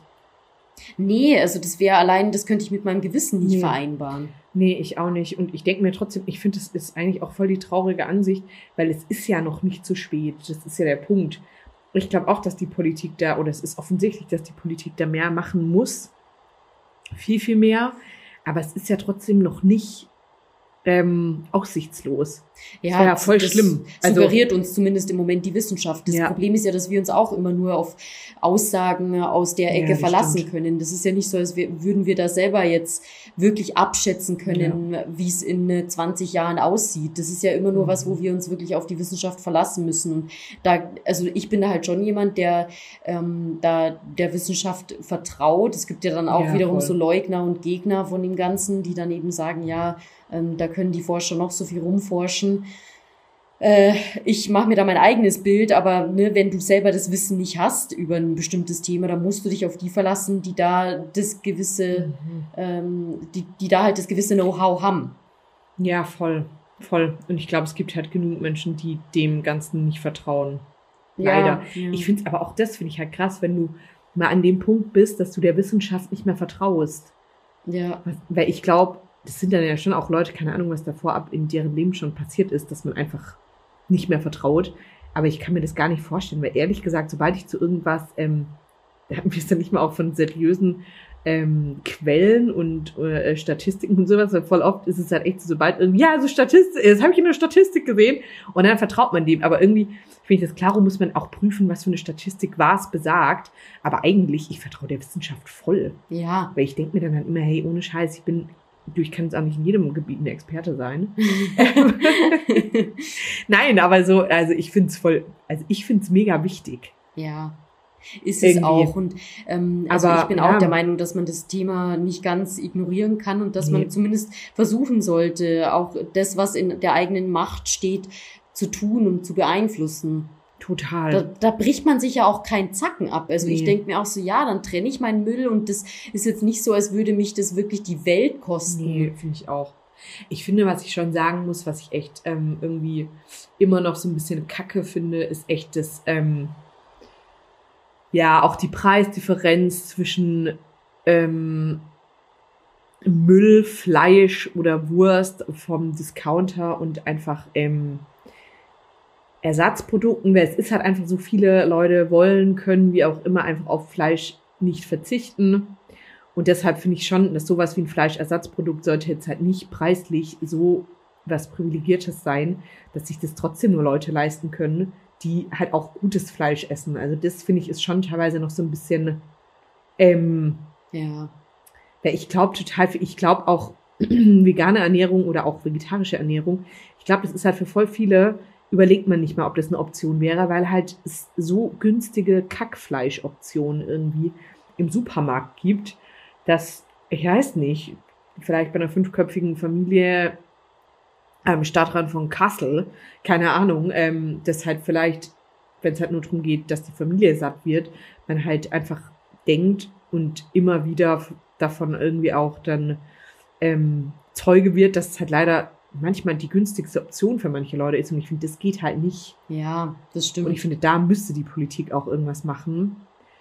Nee, also das könnte ich mit meinem Gewissen nicht vereinbaren. Nee, ich auch nicht. Und ich denke mir trotzdem, ich finde, das ist eigentlich auch voll die traurige Ansicht, weil es ist ja noch nicht zu spät. Das ist ja der Punkt. Ich glaube auch, dass die Politik da, oder es ist offensichtlich, dass die Politik da mehr machen muss. Viel, viel mehr. Aber es ist ja trotzdem noch nicht aussichtslos. Ja, das war ja voll schlimm. Suggeriert uns zumindest im Moment die Wissenschaft. Das Problem ist ja, dass wir uns auch immer nur auf Aussagen aus der Ecke verlassen können. Das ist ja nicht so, als würden wir da selber jetzt wirklich abschätzen können, wie es in 20 Jahren aussieht. Das ist ja immer nur was, wo wir uns wirklich auf die Wissenschaft verlassen müssen. Und also ich bin da halt schon jemand, der da der Wissenschaft vertraut. Es gibt ja dann auch wiederum so Leugner und Gegner von dem Ganzen, die dann eben sagen, da können die Forscher noch so viel rumforschen. Ich mache mir da mein eigenes Bild, aber wenn du selber das Wissen nicht hast über ein bestimmtes Thema, dann musst du dich auf die verlassen, die da das gewisse, die da halt das gewisse Know-how haben. Ja, voll. Und ich glaube, es gibt halt genug Menschen, die dem Ganzen nicht vertrauen. Leider. Ja. Ich finde es aber auch, das finde ich halt krass, wenn du mal an dem Punkt bist, dass du der Wissenschaft nicht mehr vertraust. Ja. Weil ich glaube, das sind dann ja schon auch Leute, keine Ahnung, was da vorab in deren Leben schon passiert ist, dass man einfach nicht mehr vertraut. Aber ich kann mir das gar nicht vorstellen, weil ehrlich gesagt, sobald ich zu irgendwas, da hatten wir es dann nicht mal auch von seriösen Quellen und Statistiken und sowas, weil voll oft ist es halt echt so, sobald irgendwie, so Statistik, das habe ich in der Statistik gesehen und dann vertraut man dem. Aber irgendwie finde ich das, klaro muss man auch prüfen, was für eine Statistik was besagt. Aber eigentlich, ich vertraue der Wissenschaft voll. Ja. Weil ich denke mir dann halt immer, hey, ohne Scheiß, ich kann jetzt auch nicht in jedem Gebiet eine Experte sein. Nein, aber so, also ich finde es mega wichtig. Ja, ist es auch. Und aber ich bin auch der Meinung, dass man das Thema nicht ganz ignorieren kann und dass man zumindest versuchen sollte, auch das, was in der eigenen Macht steht, zu tun und zu beeinflussen. Total. Da bricht man sich ja auch keinen Zacken ab. Also ich denke mir auch so, dann trenne ich meinen Müll und das ist jetzt nicht so, als würde mich das wirklich die Welt kosten. Nee, finde ich auch. Ich finde, was ich schon sagen muss, was ich echt irgendwie immer noch so ein bisschen kacke finde, ist echt das, auch die Preisdifferenz zwischen Müll, Fleisch oder Wurst vom Discounter und einfach Ersatzprodukten, weil es ist halt einfach so, viele Leute wollen, können, wie auch immer, einfach auf Fleisch nicht verzichten. Und deshalb finde ich schon, dass sowas wie ein Fleischersatzprodukt sollte jetzt halt nicht preislich so was Privilegiertes sein, dass sich das trotzdem nur Leute leisten können, die halt auch gutes Fleisch essen. Also das, finde ich, ist schon teilweise noch so ein bisschen, weil ich glaube auch vegane Ernährung oder auch vegetarische Ernährung, ich glaube, das ist halt für voll viele, überlegt man nicht mal, ob das eine Option wäre, weil halt es so günstige Kackfleischoptionen irgendwie im Supermarkt gibt, dass, ich weiß nicht, vielleicht bei einer 5-köpfigen Familie am Stadtrand von Kassel, keine Ahnung, das halt vielleicht, wenn es halt nur darum geht, dass die Familie satt wird, man halt einfach denkt und immer wieder davon irgendwie auch dann Zeuge wird, dass es halt leider manchmal die günstigste Option für manche Leute ist. Und ich finde, das geht halt nicht. Ja, das stimmt. Und ich finde, da müsste die Politik auch irgendwas machen.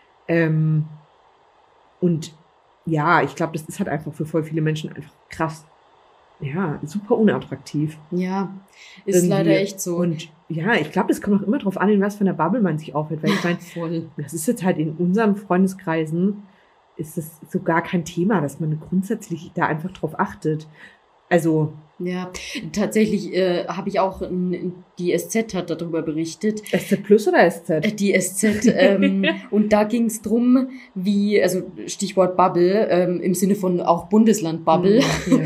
Und ja, ich glaube, das ist halt einfach für voll viele Menschen einfach krass, ja, super unattraktiv. Ja, ist irgendwie leider echt so. Und ja, ich glaube, das kommt auch immer drauf an, in was für einer Bubble man sich aufhält. Weil ich meine, das ist jetzt halt in unseren Freundeskreisen, ist das so gar kein Thema, dass man grundsätzlich da einfach drauf achtet. Also ja, tatsächlich habe ich auch, die SZ hat darüber berichtet. SZ Plus oder SZ? Die SZ. Und da ging es drum, wie, also Stichwort Bubble, im Sinne von auch Bundesland-Bubble.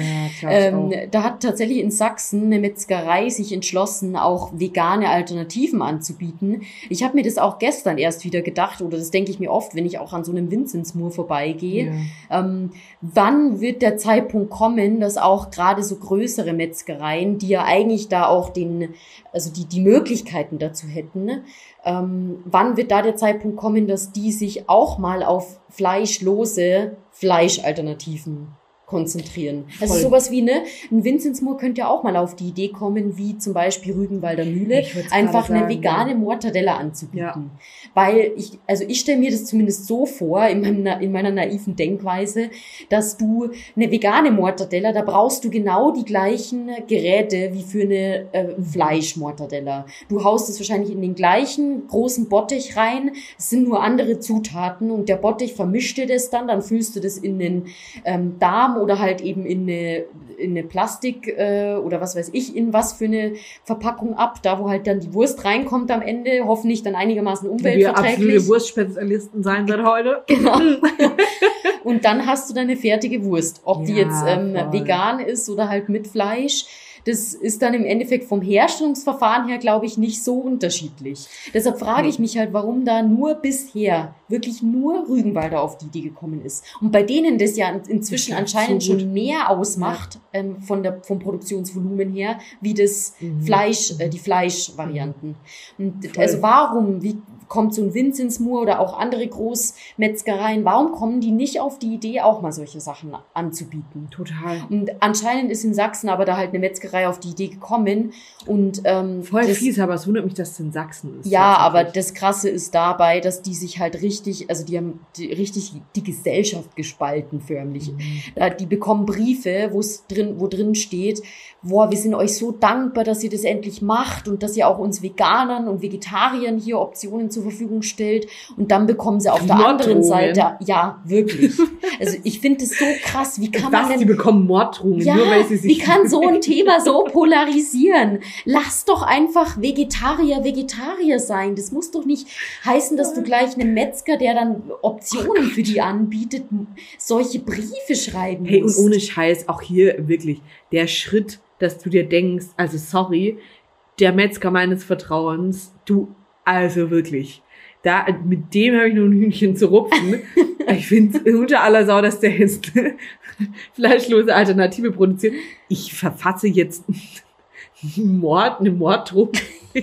Ja, da hat tatsächlich in Sachsen eine Metzgerei sich entschlossen, auch vegane Alternativen anzubieten. Ich habe mir das auch gestern erst wieder gedacht, oder das denke ich mir oft, wenn ich auch an so einem Vinzensmoor vorbeigehe. Ja. Wann wird der Zeitpunkt kommen, dass auch gerade so größere Metzgereien, die ja eigentlich da auch die Möglichkeiten dazu hätten, wann wird da der Zeitpunkt kommen, dass die sich auch mal auf fleischlose Fleischalternativen konzentrieren. Also sowas wie, ein Vinzensmoor könnte ja auch mal auf die Idee kommen, wie zum Beispiel Rügenwalder Mühle, einfach eine vegane Mortadella anzubieten. Ja. Weil ich stelle mir das zumindest so vor, in meiner naiven Denkweise, dass du eine vegane Mortadella, da brauchst du genau die gleichen Geräte wie für eine Fleischmortadella. Du haust es wahrscheinlich in den gleichen großen Bottich rein, es sind nur andere Zutaten und der Bottich vermischt dir das dann füllst du das in den Darm oder halt eben in eine Plastik oder was weiß ich, in was für eine Verpackung ab, da wo halt dann die Wurst reinkommt am Ende, hoffentlich dann einigermaßen umweltverträglich. Wir absolute Wurstspezialisten sein seit heute. Genau. Und dann hast du deine fertige Wurst. Ob die jetzt vegan ist oder halt mit Fleisch, das ist dann im Endeffekt vom Herstellungsverfahren her, glaube ich, nicht so unterschiedlich. Deshalb frage ich mich halt, warum da bisher wirklich nur Rügenwalder auf die Idee gekommen ist. Und bei denen das ja inzwischen anscheinend so schon mehr ausmacht, vom Produktionsvolumen her, wie das Fleisch, die Fleischvarianten. Und also wie kommt so ein Vinzensmoor oder auch andere Großmetzgereien, warum kommen die nicht auf die Idee, auch mal solche Sachen anzubieten? Total. Und anscheinend ist in Sachsen aber da halt eine Metzgerei auf die Idee gekommen. Und voll fies, aber es wundert mich, dass es in Sachsen ist. Ja, aber das Krasse ist dabei, dass die sich halt richtig, also die haben richtig die Gesellschaft gespalten förmlich. Die bekommen Briefe, wo drin steht, wir sind euch so dankbar, dass ihr das endlich macht und dass ihr auch uns Veganern und Vegetariern hier Optionen zur Verfügung stellt. Und dann bekommen sie auf der anderen Seite, ja, wirklich. Also ich finde das so krass. Wie kann man denn... Die bekommen Morddrohungen, ja, nur weil sie sich... Wie kann so ein Thema so polarisieren? Lass doch einfach Vegetarier sein. Das muss doch nicht heißen, dass du gleich einem Metzger, der dann Optionen für die anbietet, solche Briefe schreiben musst. Hey, und ohne Scheiß, auch hier wirklich der Schritt, dass du dir denkst, also sorry, der Metzger meines Vertrauens, also wirklich, mit dem habe ich nur ein Hühnchen zu rupfen. Ich finde es unter aller Sau, dass der jetzt fleischlose Alternative produziert. Ich verfasse jetzt eine Morddrohung.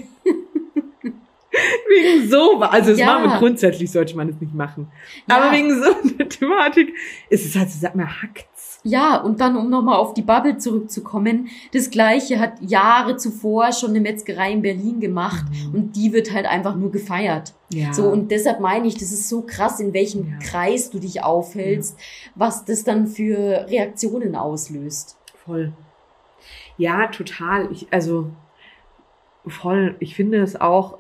Wegen so, also das machen wir grundsätzlich, sollte man es nicht machen. Ja. Aber wegen so einer Thematik ist es halt, sag mal, hackt's. Ja, und dann, um nochmal auf die Bubble zurückzukommen, das Gleiche hat Jahre zuvor schon eine Metzgerei in Berlin gemacht und die wird halt einfach nur gefeiert. Ja. So, und deshalb meine ich, das ist so krass, in welchem Kreis du dich aufhältst, was das dann für Reaktionen auslöst. Voll. Ja, total. Voll. Ich finde es auch,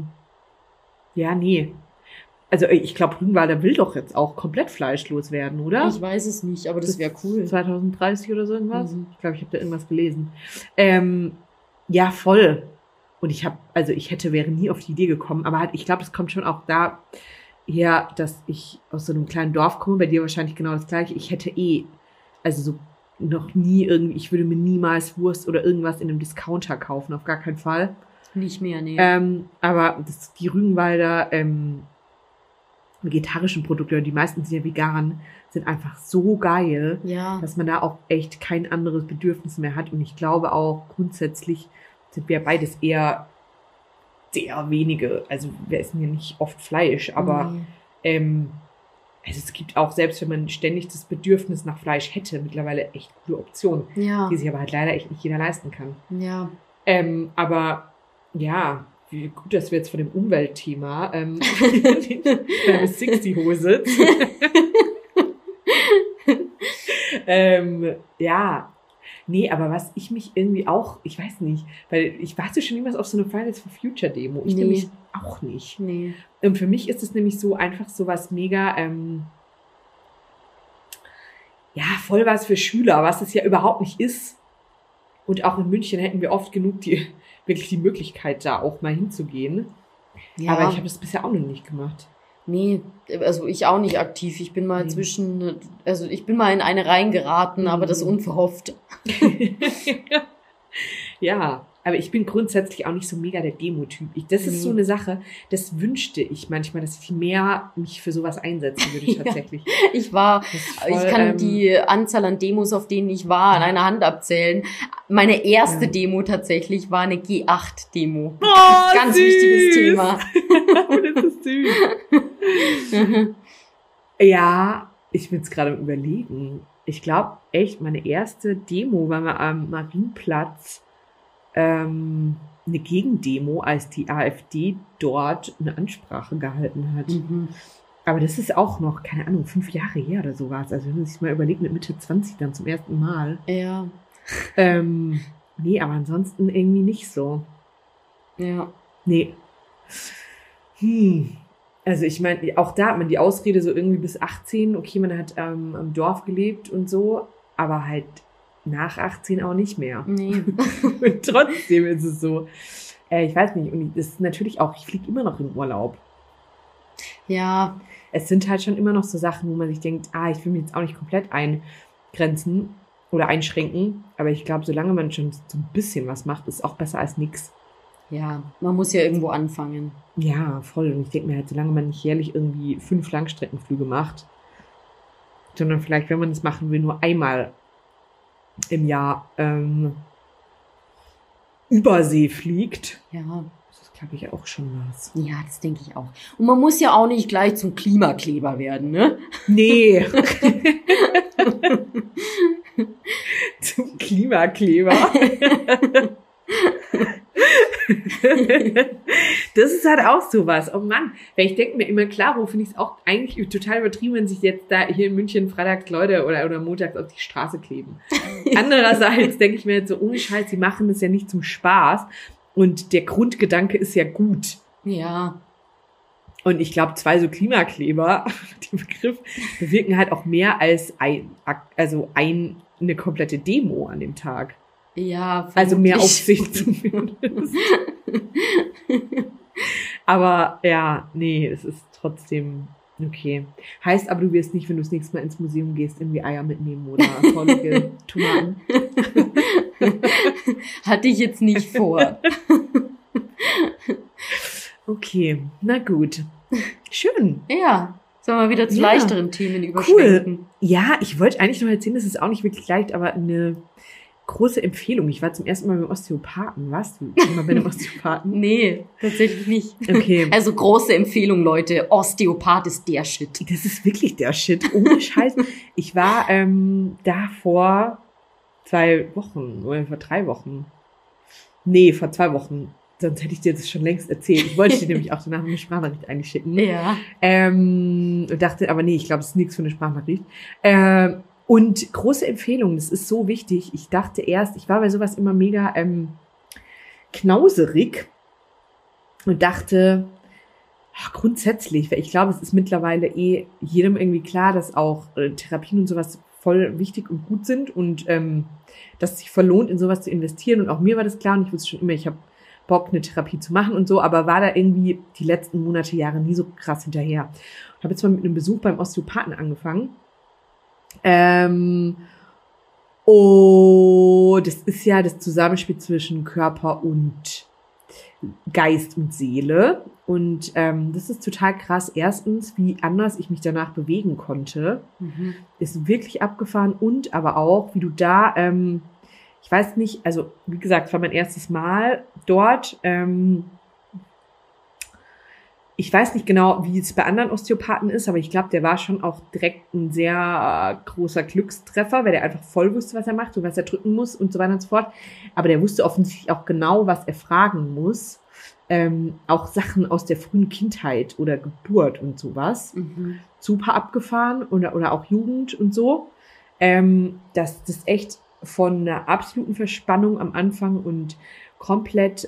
Also ich glaube, Rügenwalder will doch jetzt auch komplett fleischlos werden, oder? Ich weiß es nicht, aber das wäre cool. 2030 oder so irgendwas? Ich glaube, ich habe da irgendwas gelesen. Ja, voll. Und ich wäre nie auf die Idee gekommen, aber halt, ich glaube, es kommt schon auch da her, dass ich aus so einem kleinen Dorf komme, bei dir wahrscheinlich genau das Gleiche. Ich hätte so noch nie ich würde mir niemals Wurst oder irgendwas in einem Discounter kaufen, auf gar keinen Fall. Nicht mehr, nee. Aber die Rügenwalder vegetarischen Produkte, die meisten sind ja vegan, sind einfach so geil, dass man da auch echt kein anderes Bedürfnis mehr hat. Und ich glaube auch, grundsätzlich sind wir beides eher sehr wenige, also wir essen ja nicht oft Fleisch, aber Also es gibt auch, selbst wenn man ständig das Bedürfnis nach Fleisch hätte, mittlerweile echt gute Optionen, die sich aber halt leider echt nicht jeder leisten kann. Ja. Aber ja, wie gut, dass wir jetzt von dem Umweltthema deine 60-Hose ja. Nee, aber was ich mich irgendwie auch, ich weiß nicht, weil ich warte schon niemals auf so eine Fridays for Future Demo. Ich nämlich auch nicht. Nee. Und für mich ist es nämlich so einfach so was mega, ja, voll was für Schüler, was es ja überhaupt nicht ist. Und auch in München hätten wir oft genug wirklich die Möglichkeit, da auch mal hinzugehen. Ja. Aber ich habe das bisher auch noch nicht gemacht. Nee, also ich auch nicht aktiv. Ich bin mal ich bin mal in eine reingeraten, aber das unverhofft. Ja, aber ich bin grundsätzlich auch nicht so mega der Demo-Typ. Das ist so eine Sache, das wünschte ich manchmal, dass ich mehr mich für sowas einsetzen würde tatsächlich. Ja, ich kann die Anzahl an Demos, auf denen ich war, an einer Hand abzählen. Meine erste Demo tatsächlich war eine G8-Demo. Oh, ganz süß. Wichtiges Thema. Oh, das ist süß. Ja, ich bin jetzt gerade am Überlegen. Ich glaube echt, meine erste Demo war mal am Marienplatz eine Gegendemo, als die AfD dort eine Ansprache gehalten hat. Mhm. Aber das ist auch noch, keine Ahnung, 5 Jahre her oder so war es. Also wenn man sich mal überlegt, mit Mitte 20 dann zum ersten Mal. Ja. Nee, aber ansonsten irgendwie nicht so. Ja. Nee. Also ich meine, auch da hat man die Ausrede so irgendwie bis 18, okay, man hat am Dorf gelebt und so, aber halt nach 18 auch nicht mehr. Nee. Und trotzdem ist es so. Ich weiß nicht, und das ist natürlich auch, ich fliege immer noch in Urlaub. Ja. Es sind halt schon immer noch so Sachen, wo man sich denkt, ich will mich jetzt auch nicht komplett eingrenzen oder einschränken, aber ich glaube, solange man schon so ein bisschen was macht, ist es auch besser als nix. Ja, man muss ja irgendwo anfangen. Ja, voll. Und ich denke mir halt, solange man nicht jährlich irgendwie 5 Langstreckenflüge macht, sondern vielleicht, wenn man das machen will, nur einmal im Jahr Übersee fliegt. Ja. Das ist, glaube ich, auch schon was. Ja, das denke ich auch. Und man muss ja auch nicht gleich zum Klimakleber werden, ne? Nee. Zum Klimakleber. Das ist halt auch sowas. Oh Mann, weil ich denke mir immer, klar, wo finde ich es auch eigentlich total übertrieben, wenn sich jetzt da hier in München freitags Leute oder montags auf die Straße kleben. Andererseits denke ich mir jetzt so, ohne Scheiß, sie machen das ja nicht zum Spaß und der Grundgedanke ist ja gut. Ja. Und ich glaube, 2 so Klimakleber, die Begriff, bewirken halt auch mehr als eine komplette Demo an dem Tag. Ja, vermutlich. Also mehr Aufsicht zumindest. Aber ja, nee, es ist trotzdem okay. Heißt aber, du wirst nicht, wenn du das nächste Mal ins Museum gehst, irgendwie Eier mitnehmen oder faulige Tomaten. Hatte ich jetzt nicht vor. Okay, na gut. Schön. Ja, sollen wir wieder zu leichteren Themen überschwenken. Cool. Ja, ich wollte eigentlich noch erzählen, das ist auch nicht wirklich leicht, aber eine große Empfehlung. Ich war zum ersten Mal beim Osteopathen. Warst du schon mal bei einem Osteopathen? Nee, tatsächlich nicht. Okay. Also große Empfehlung, Leute. Osteopath ist der Shit. Das ist wirklich der Shit. Ohne Scheiß. Ich war da vor 2 Wochen oder vor 3 Wochen. Nee, vor 2 Wochen. Sonst hätte ich dir das schon längst erzählt. Ich wollte dir nämlich auch danach eine Sprachnachricht eigentlich schicken. Ja. Und dachte, aber nee, ich glaube, es ist nichts für eine Sprachnachricht. Und große Empfehlung, das ist so wichtig. Ich dachte erst, ich war bei sowas immer mega knauserig und dachte, grundsätzlich, weil ich glaube, es ist mittlerweile jedem irgendwie klar, dass auch Therapien und sowas voll wichtig und gut sind und dass es sich voll lohnt, in sowas zu investieren. Und auch mir war das klar und ich wusste schon immer, ich habe Bock, eine Therapie zu machen und so, aber war da irgendwie die letzten Monate, Jahre nie so krass hinterher. Ich habe jetzt mal mit einem Besuch beim Osteopathen angefangen. Das ist ja das Zusammenspiel zwischen Körper und Geist und Seele. Und das ist total krass. Erstens, wie anders ich mich danach bewegen konnte. Mhm. Ist wirklich abgefahren. Und aber auch, wie du da, ich weiß nicht, also wie gesagt, es war mein erstes Mal dort. ich weiß nicht genau, wie es bei anderen Osteopathen ist, aber ich glaube, der war schon auch direkt ein sehr großer Glückstreffer, weil der einfach voll wusste, was er macht und was er drücken muss und so weiter und so fort. Aber der wusste offensichtlich auch genau, was er fragen muss. Auch Sachen aus der frühen Kindheit oder Geburt und sowas. Super abgefahren oder auch Jugend und so. Das echt von einer absoluten Verspannung am Anfang und komplett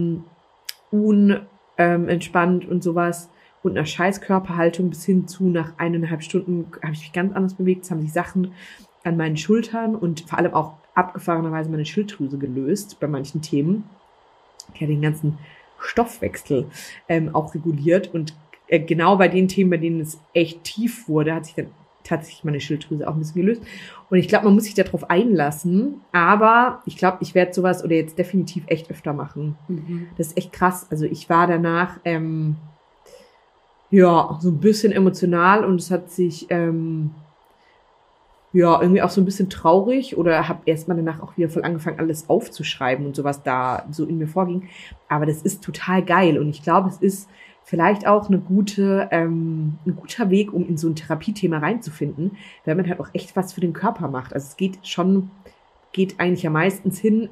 entspannt und sowas und einer scheiß Körperhaltung bis hin zu nach 1,5 Stunden habe ich mich ganz anders bewegt. Es haben sich Sachen an meinen Schultern und vor allem auch abgefahrenerweise meine Schilddrüse gelöst bei manchen Themen. Ja, den ganzen Stoffwechsel auch reguliert und genau bei den Themen, bei denen es echt tief wurde, hat sich dann tatsächlich meine Schilddrüse auch ein bisschen gelöst. Und ich glaube, man muss sich darauf einlassen. Aber ich glaube, ich werde sowas oder jetzt definitiv echt öfter machen. Das ist echt krass. Also ich war danach ja so ein bisschen emotional und es hat sich ja irgendwie auch so ein bisschen traurig oder habe erstmal danach auch wieder voll angefangen, alles aufzuschreiben und sowas da so in mir vorging. Aber das ist total geil und ich glaube, es ist vielleicht auch ein guter Weg, um in so ein Therapiethema reinzufinden, weil man halt auch echt was für den Körper macht. Also es geht eigentlich ja meistens hin,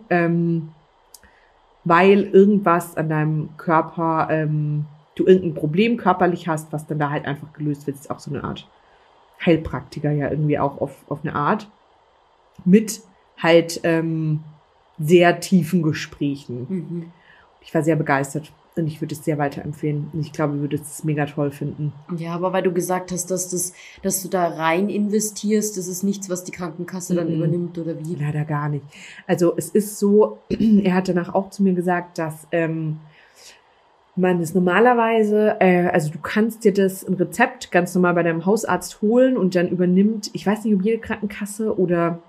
weil irgendwas an deinem Körper, du irgendein Problem körperlich hast, was dann da halt einfach gelöst wird. Das ist auch so eine Art Heilpraktiker ja irgendwie auch auf eine Art. Mit halt sehr tiefen Gesprächen. Ich war sehr begeistert. Und ich würde es sehr weiterempfehlen. Und ich glaube, ich würde es mega toll finden. Ja, aber weil du gesagt hast, dass du da rein investierst, das ist nichts, was die Krankenkasse dann übernimmt, oder wie? Leider gar nicht. Also es ist so, er hat danach auch zu mir gesagt, dass man es normalerweise, also du kannst dir ein Rezept ganz normal bei deinem Hausarzt holen und dann übernimmt, ich weiß nicht, ob jede Krankenkasse oder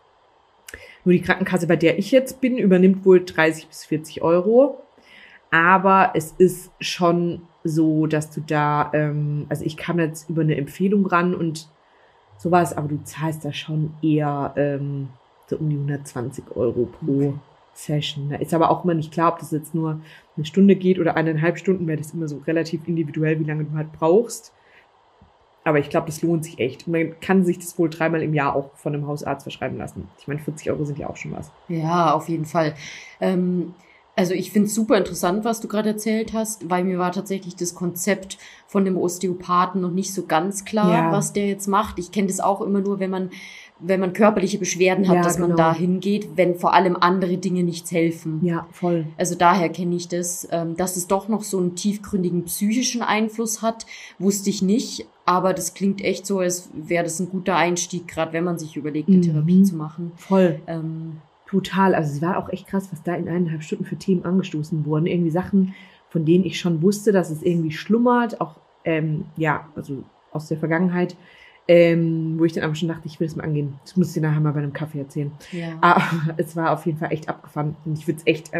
nur die Krankenkasse, bei der ich jetzt bin, übernimmt wohl 30 bis 40 Euro. Aber es ist schon so, dass du da, also ich kam jetzt über eine Empfehlung ran und sowas, aber du zahlst da schon eher so um die 120 Euro pro Session. Da ist aber auch immer nicht klar, ob das jetzt nur eine Stunde geht oder 1,5 Stunden, weil das ist immer so relativ individuell, wie lange du halt brauchst. Aber ich glaube, das lohnt sich echt. Und man kann sich das wohl 3-mal im Jahr auch von einem Hausarzt verschreiben lassen. Ich meine, 40 Euro sind ja auch schon was. Ja, auf jeden Fall. Also ich finde es super interessant, was du gerade erzählt hast, weil mir war tatsächlich das Konzept von dem Osteopathen noch nicht so ganz klar, was der jetzt macht. Ich kenne das auch immer nur, wenn man körperliche Beschwerden hat, dass man da hingeht, wenn vor allem andere Dinge nichts helfen. Ja, voll. Also daher kenne ich das. Dass es doch noch so einen tiefgründigen psychischen Einfluss hat, wusste ich nicht. Aber das klingt echt so, als wäre das ein guter Einstieg, gerade wenn man sich überlegt, eine Therapie zu machen. Voll. Total, also es war auch echt krass, was da in 1,5 Stunden für Themen angestoßen wurden. Irgendwie Sachen, von denen ich schon wusste, dass es irgendwie schlummert, auch, also aus der Vergangenheit, wo ich dann aber schon dachte, ich will es mal angehen. Das muss ich dir nachher mal bei einem Kaffee erzählen. Ja. Aber es war auf jeden Fall echt abgefahren und ich würde es echt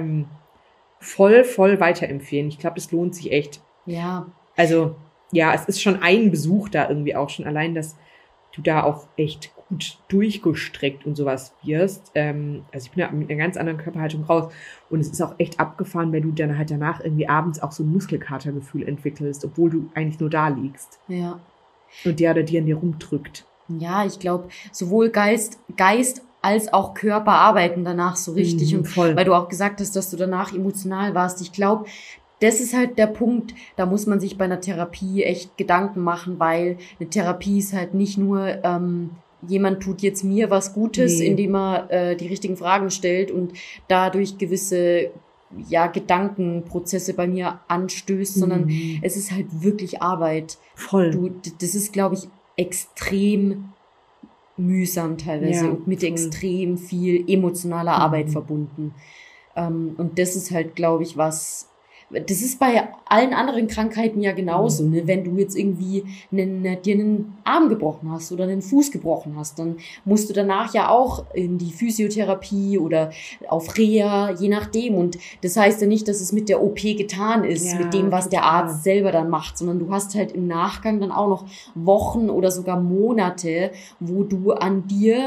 voll weiterempfehlen. Ich glaube, das lohnt sich echt. Ja. Also, ja, es ist schon ein Besuch da irgendwie auch schon allein, dass du da auch echt gut durchgestreckt und sowas wirst. Also ich bin ja mit einer ganz anderen Körperhaltung raus und es ist auch echt abgefahren, weil du dann halt danach irgendwie abends auch so ein Muskelkatergefühl entwickelst, obwohl du eigentlich nur da liegst. Ja. Und der oder die an dir rumdrückt. Ja, ich glaube, sowohl Geist als auch Körper arbeiten danach so richtig. Und voll. Weil du auch gesagt hast, dass du danach emotional warst. Ich glaube, das ist halt der Punkt, da muss man sich bei einer Therapie echt Gedanken machen, weil eine Therapie ist halt nicht nur, jemand tut jetzt mir was Gutes, indem er die richtigen Fragen stellt und dadurch gewisse Gedankenprozesse bei mir anstößt, sondern es ist halt wirklich Arbeit. Voll. Das ist, glaube ich, extrem mühsam teilweise und mit extrem viel emotionaler Arbeit verbunden. Und das ist halt, glaube ich, das ist bei allen anderen Krankheiten ja genauso, ne? Wenn du jetzt irgendwie dir einen Arm gebrochen hast oder einen Fuß gebrochen hast, dann musst du danach ja auch in die Physiotherapie oder auf Reha, je nachdem. Und das heißt ja nicht, dass es mit der OP getan ist, mit dem, was der Arzt selber dann macht, sondern du hast halt im Nachgang dann auch noch Wochen oder sogar Monate, wo du an dir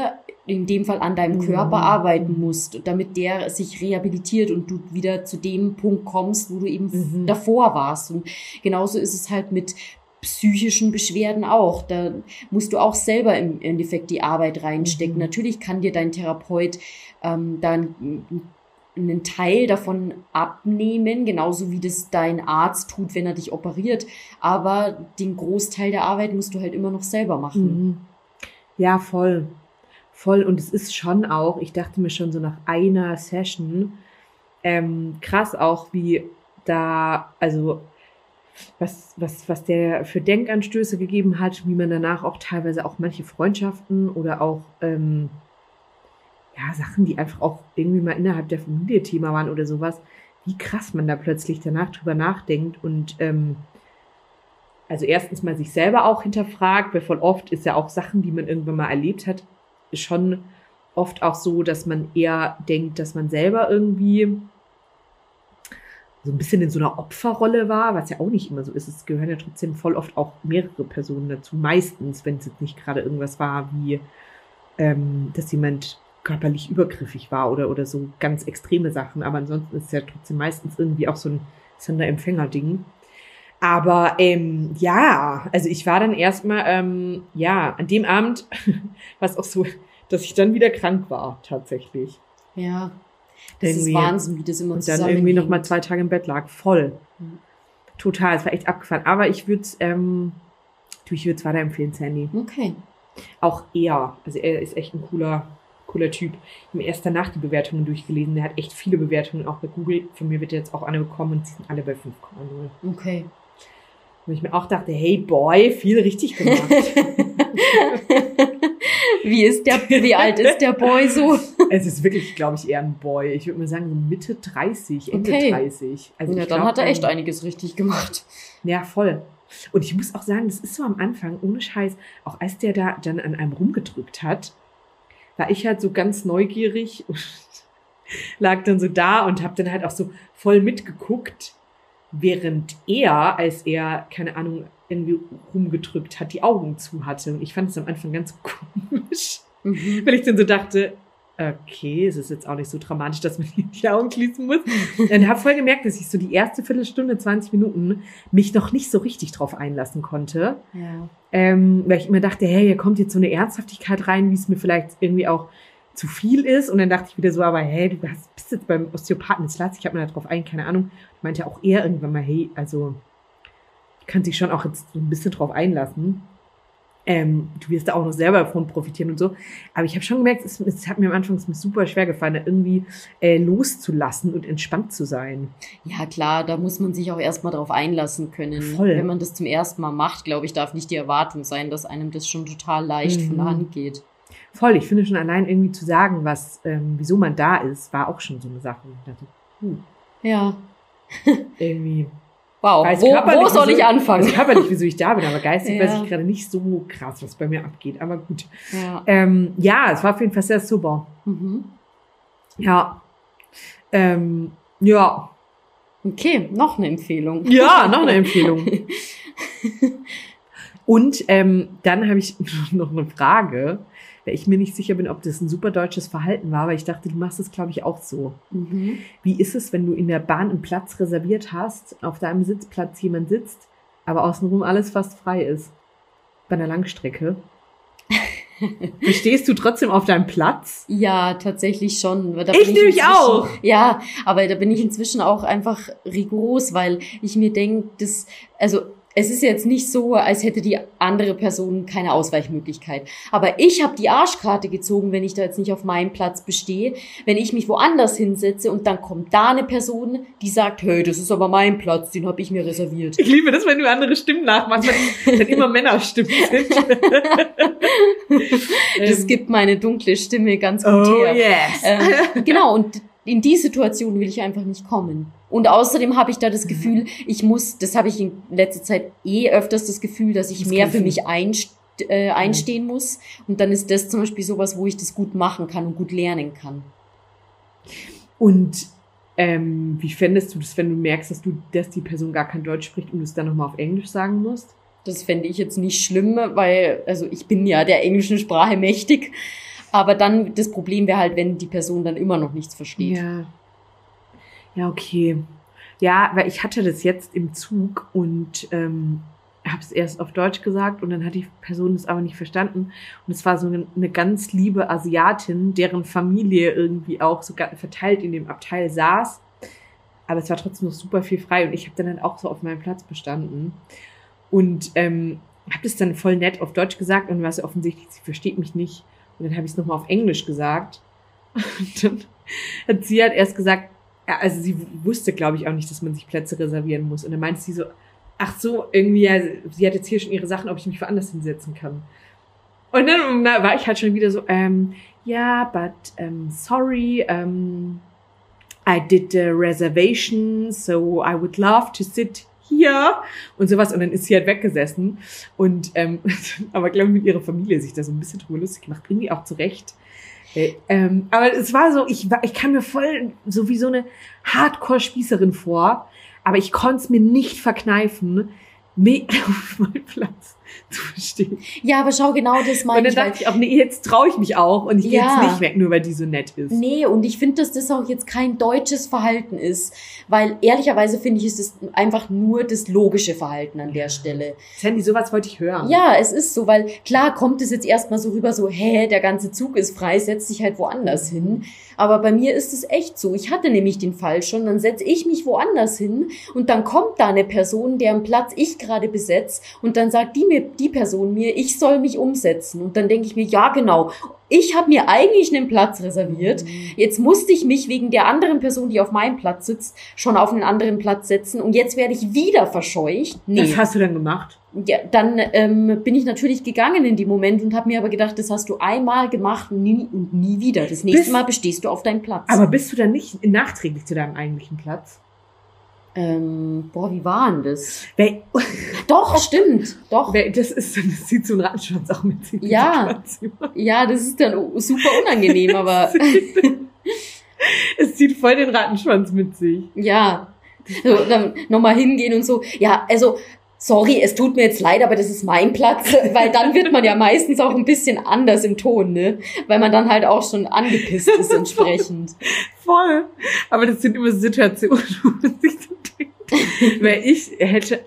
in dem Fall an deinem Körper arbeiten musst, damit der sich rehabilitiert und du wieder zu dem Punkt kommst, wo du eben davor warst. Und genauso ist es halt mit psychischen Beschwerden auch. Da musst du auch selber im Endeffekt die Arbeit reinstecken. Natürlich kann dir dein Therapeut dann einen Teil davon abnehmen, genauso wie das dein Arzt tut, wenn er dich operiert. Aber den Großteil der Arbeit musst du halt immer noch selber machen. Ja, voll. Voll. Und es ist schon auch, ich dachte mir schon so nach einer Session, krass auch, wie da, also was der für Denkanstöße gegeben hat, wie man danach auch teilweise auch manche Freundschaften oder auch Sachen, die einfach auch irgendwie mal innerhalb der Familie Thema waren oder sowas, wie krass man da plötzlich danach drüber nachdenkt und also erstens mal sich selber auch hinterfragt, weil voll oft ist ja auch Sachen, die man irgendwann mal erlebt hat, schon oft auch so, dass man eher denkt, dass man selber irgendwie so ein bisschen in so einer Opferrolle war, was ja auch nicht immer so ist. Es gehören ja trotzdem voll oft auch mehrere Personen dazu. Meistens, wenn es jetzt nicht gerade irgendwas war, wie dass jemand körperlich übergriffig war oder so ganz extreme Sachen. Aber ansonsten ist es ja trotzdem meistens irgendwie auch so ein Sender-Empfänger-Ding. Aber also ich war dann erstmal, an dem Abend war es auch so, dass ich dann wieder krank war, tatsächlich. Ja, das irgendwie, ist Wahnsinn, wie das immer zusammenhängt. Und dann irgendwie noch mal 2 Tage im Bett lag, voll. Total, es war echt abgefahren. Aber ich würde es weiterempfehlen, Sandy. Okay. Auch er, also er ist echt ein cooler Typ. Ich habe mir erst danach die Bewertungen durchgelesen. Der hat echt viele Bewertungen auch bei Google. Von mir wird jetzt auch eine bekommen und sie sind alle bei 5,0. Okay. Und ich mir auch dachte, hey Boy, viel richtig gemacht. Wie alt ist der Boy so? Es ist wirklich, glaube ich, eher ein Boy. Ich würde mal sagen, so Mitte 30, Ende 30. Also ja, dann hat er echt einiges richtig gemacht. Ja, voll. Und ich muss auch sagen, das ist so am Anfang, ohne Scheiß, auch als der da dann an einem rumgedrückt hat, war ich halt so ganz neugierig und lag dann so da und habe dann halt auch so voll mitgeguckt, während er, als er, keine Ahnung, irgendwie rumgedrückt hat, die Augen zu hatte. Und ich fand es am Anfang ganz komisch, weil ich dann so dachte, okay, es ist jetzt auch nicht so dramatisch, dass man die Augen schließen muss. Und habe voll gemerkt, dass ich so die erste Viertelstunde, 20 Minuten mich noch nicht so richtig drauf einlassen konnte. Ja. Weil ich immer dachte, hey, hier kommt jetzt so eine Ernsthaftigkeit rein, wie es mir vielleicht irgendwie auch zu viel ist. Und dann dachte ich wieder so, aber hey, du bist jetzt beim Osteopathen, jetzt lass ich habe mir da drauf ein, keine Ahnung. Ich meinte auch eher irgendwann mal, hey, also du kannst dich schon auch jetzt so ein bisschen drauf einlassen. Du wirst da auch noch selber davon profitieren und so. Aber ich habe schon gemerkt, es hat mir am Anfang super schwer gefallen, da irgendwie loszulassen und entspannt zu sein. Ja, klar, da muss man sich auch erstmal drauf einlassen können. Voll. Wenn man das zum ersten Mal macht, glaube ich, darf nicht die Erwartung sein, dass einem das schon total leicht von der Hand geht. Voll, ich finde schon allein irgendwie zu sagen, wieso man da ist, war auch schon so eine Sache. Ich dachte, Ja. Irgendwie. Wow, wo soll ich anfangen? Ich weiß körperlich, wieso ich da bin, aber geistig weiß ich gerade nicht so krass, was bei mir abgeht. Aber gut. Ja, es war auf jeden Fall sehr super. Ja. Ja. Okay, noch eine Empfehlung. Ja, noch eine Empfehlung. Und dann habe ich noch eine Frage, weil ich mir nicht sicher bin, ob das ein super deutsches Verhalten war, weil ich dachte, du machst es, glaube ich, auch so. Wie ist es, wenn du in der Bahn einen Platz reserviert hast, auf deinem Sitzplatz jemand sitzt, aber außenrum alles fast frei ist? Bei einer Langstrecke. Stehst du trotzdem auf deinem Platz? Ja, tatsächlich schon. Ich nämlich auch. Ja, aber da bin ich inzwischen auch einfach rigoros, weil ich mir denke, es ist jetzt nicht so, als hätte die andere Person keine Ausweichmöglichkeit. Aber ich habe die Arschkarte gezogen, wenn ich da jetzt nicht auf meinem Platz bestehe. Wenn ich mich woanders hinsetze und dann kommt da eine Person, die sagt, hey, das ist aber mein Platz, den habe ich mir reserviert. Ich liebe das, wenn du andere Stimmen nachmachst, wenn immer Männerstimmen sind. Das gibt meine dunkle Stimme ganz gut her. Yes. Genau, und in die Situation will ich einfach nicht kommen. Und außerdem habe ich da das Gefühl, das habe ich in letzter Zeit öfters das Gefühl, dass ich mehr für mich einstehen muss. Und dann ist das zum Beispiel sowas, wo ich das gut machen kann und gut lernen kann. Und wie fändest du das, wenn du merkst, dass die Person gar kein Deutsch spricht und du es dann nochmal auf Englisch sagen musst? Das fände ich jetzt nicht schlimm, weil, also ich bin ja der englischen Sprache mächtig. Aber dann, das Problem wäre halt, wenn die Person dann immer noch nichts versteht. Ja, okay. Ja, weil ich hatte das jetzt im Zug und habe es erst auf Deutsch gesagt und dann hat die Person es aber nicht verstanden. Und es war so eine ganz liebe Asiatin, deren Familie irgendwie auch sogar verteilt in dem Abteil saß. Aber es war trotzdem noch super viel frei und ich habe dann auch so auf meinem Platz bestanden. Und habe das dann voll nett auf Deutsch gesagt und war so offensichtlich, sie versteht mich nicht. Und dann habe ich es nochmal auf Englisch gesagt. Und dann hat sie halt erst gesagt, ja, also sie wusste, glaube ich, auch nicht, dass man sich Plätze reservieren muss. Und dann meinte sie so, ach so, irgendwie, ja, sie hat jetzt hier schon ihre Sachen, ob ich mich woanders hinsetzen kann. Und dann war ich halt schon wieder so, yeah, but sorry, I did the reservation, so I would love to sit here und sowas. Und dann ist sie halt weggesessen und aber glaube ich mit ihrer Familie sich da so ein bisschen drüber lustig gemacht, irgendwie auch zurecht. Aber es war so, ich kam mir voll so wie so eine Hardcore-Spießerin vor, aber ich konnte es mir nicht verkneifen, auf meinen Platz zu stehen. Ja, aber schau, genau das meine ich. Und dann dachte ich auch, nee, jetzt traue ich mich auch und ich gehe jetzt nicht weg, nur weil die so nett ist. Nee, und ich finde, dass das auch jetzt kein deutsches Verhalten ist, weil ehrlicherweise finde ich, ist es einfach nur das logische Verhalten an der Stelle. Sandy, sowas wollte ich hören. Ja, es ist so, weil klar kommt es jetzt erstmal so rüber, so, der ganze Zug ist frei, setz dich halt woanders hin. Aber bei mir ist es echt so. Ich hatte nämlich den Fall schon, dann setze ich mich woanders hin und dann kommt da eine Person, deren Platz ich gerade besetze und dann sagt die Person mir, ich soll mich umsetzen. Und dann denke ich mir, ja genau, ich habe mir eigentlich einen Platz reserviert. Jetzt musste ich mich wegen der anderen Person, die auf meinem Platz sitzt, schon auf einen anderen Platz setzen und jetzt werde ich wieder verscheucht. Nee. Was hast du denn gemacht? Ja, dann bin ich natürlich gegangen in dem Moment und habe mir aber gedacht, das hast du einmal gemacht und nie wieder. Das nächste Mal bestehst du auf deinem Platz. Aber bist du dann nicht nachträglich zu deinem eigentlichen Platz? Wie war denn das? Doch, stimmt. Doch. Das sieht so ein Rattenschwanz auch mit sich. Ja, das ist dann super unangenehm, aber es zieht voll den Rattenschwanz mit sich. Ja, so, dann nochmal hingehen und so. Ja, also sorry, es tut mir jetzt leid, aber das ist mein Platz, weil dann wird man ja meistens auch ein bisschen anders im Ton, ne? Weil man dann halt auch schon angepisst ist entsprechend. Voll. Aber das sind immer Situationen, wo man sich so denkt, weil ich hätte,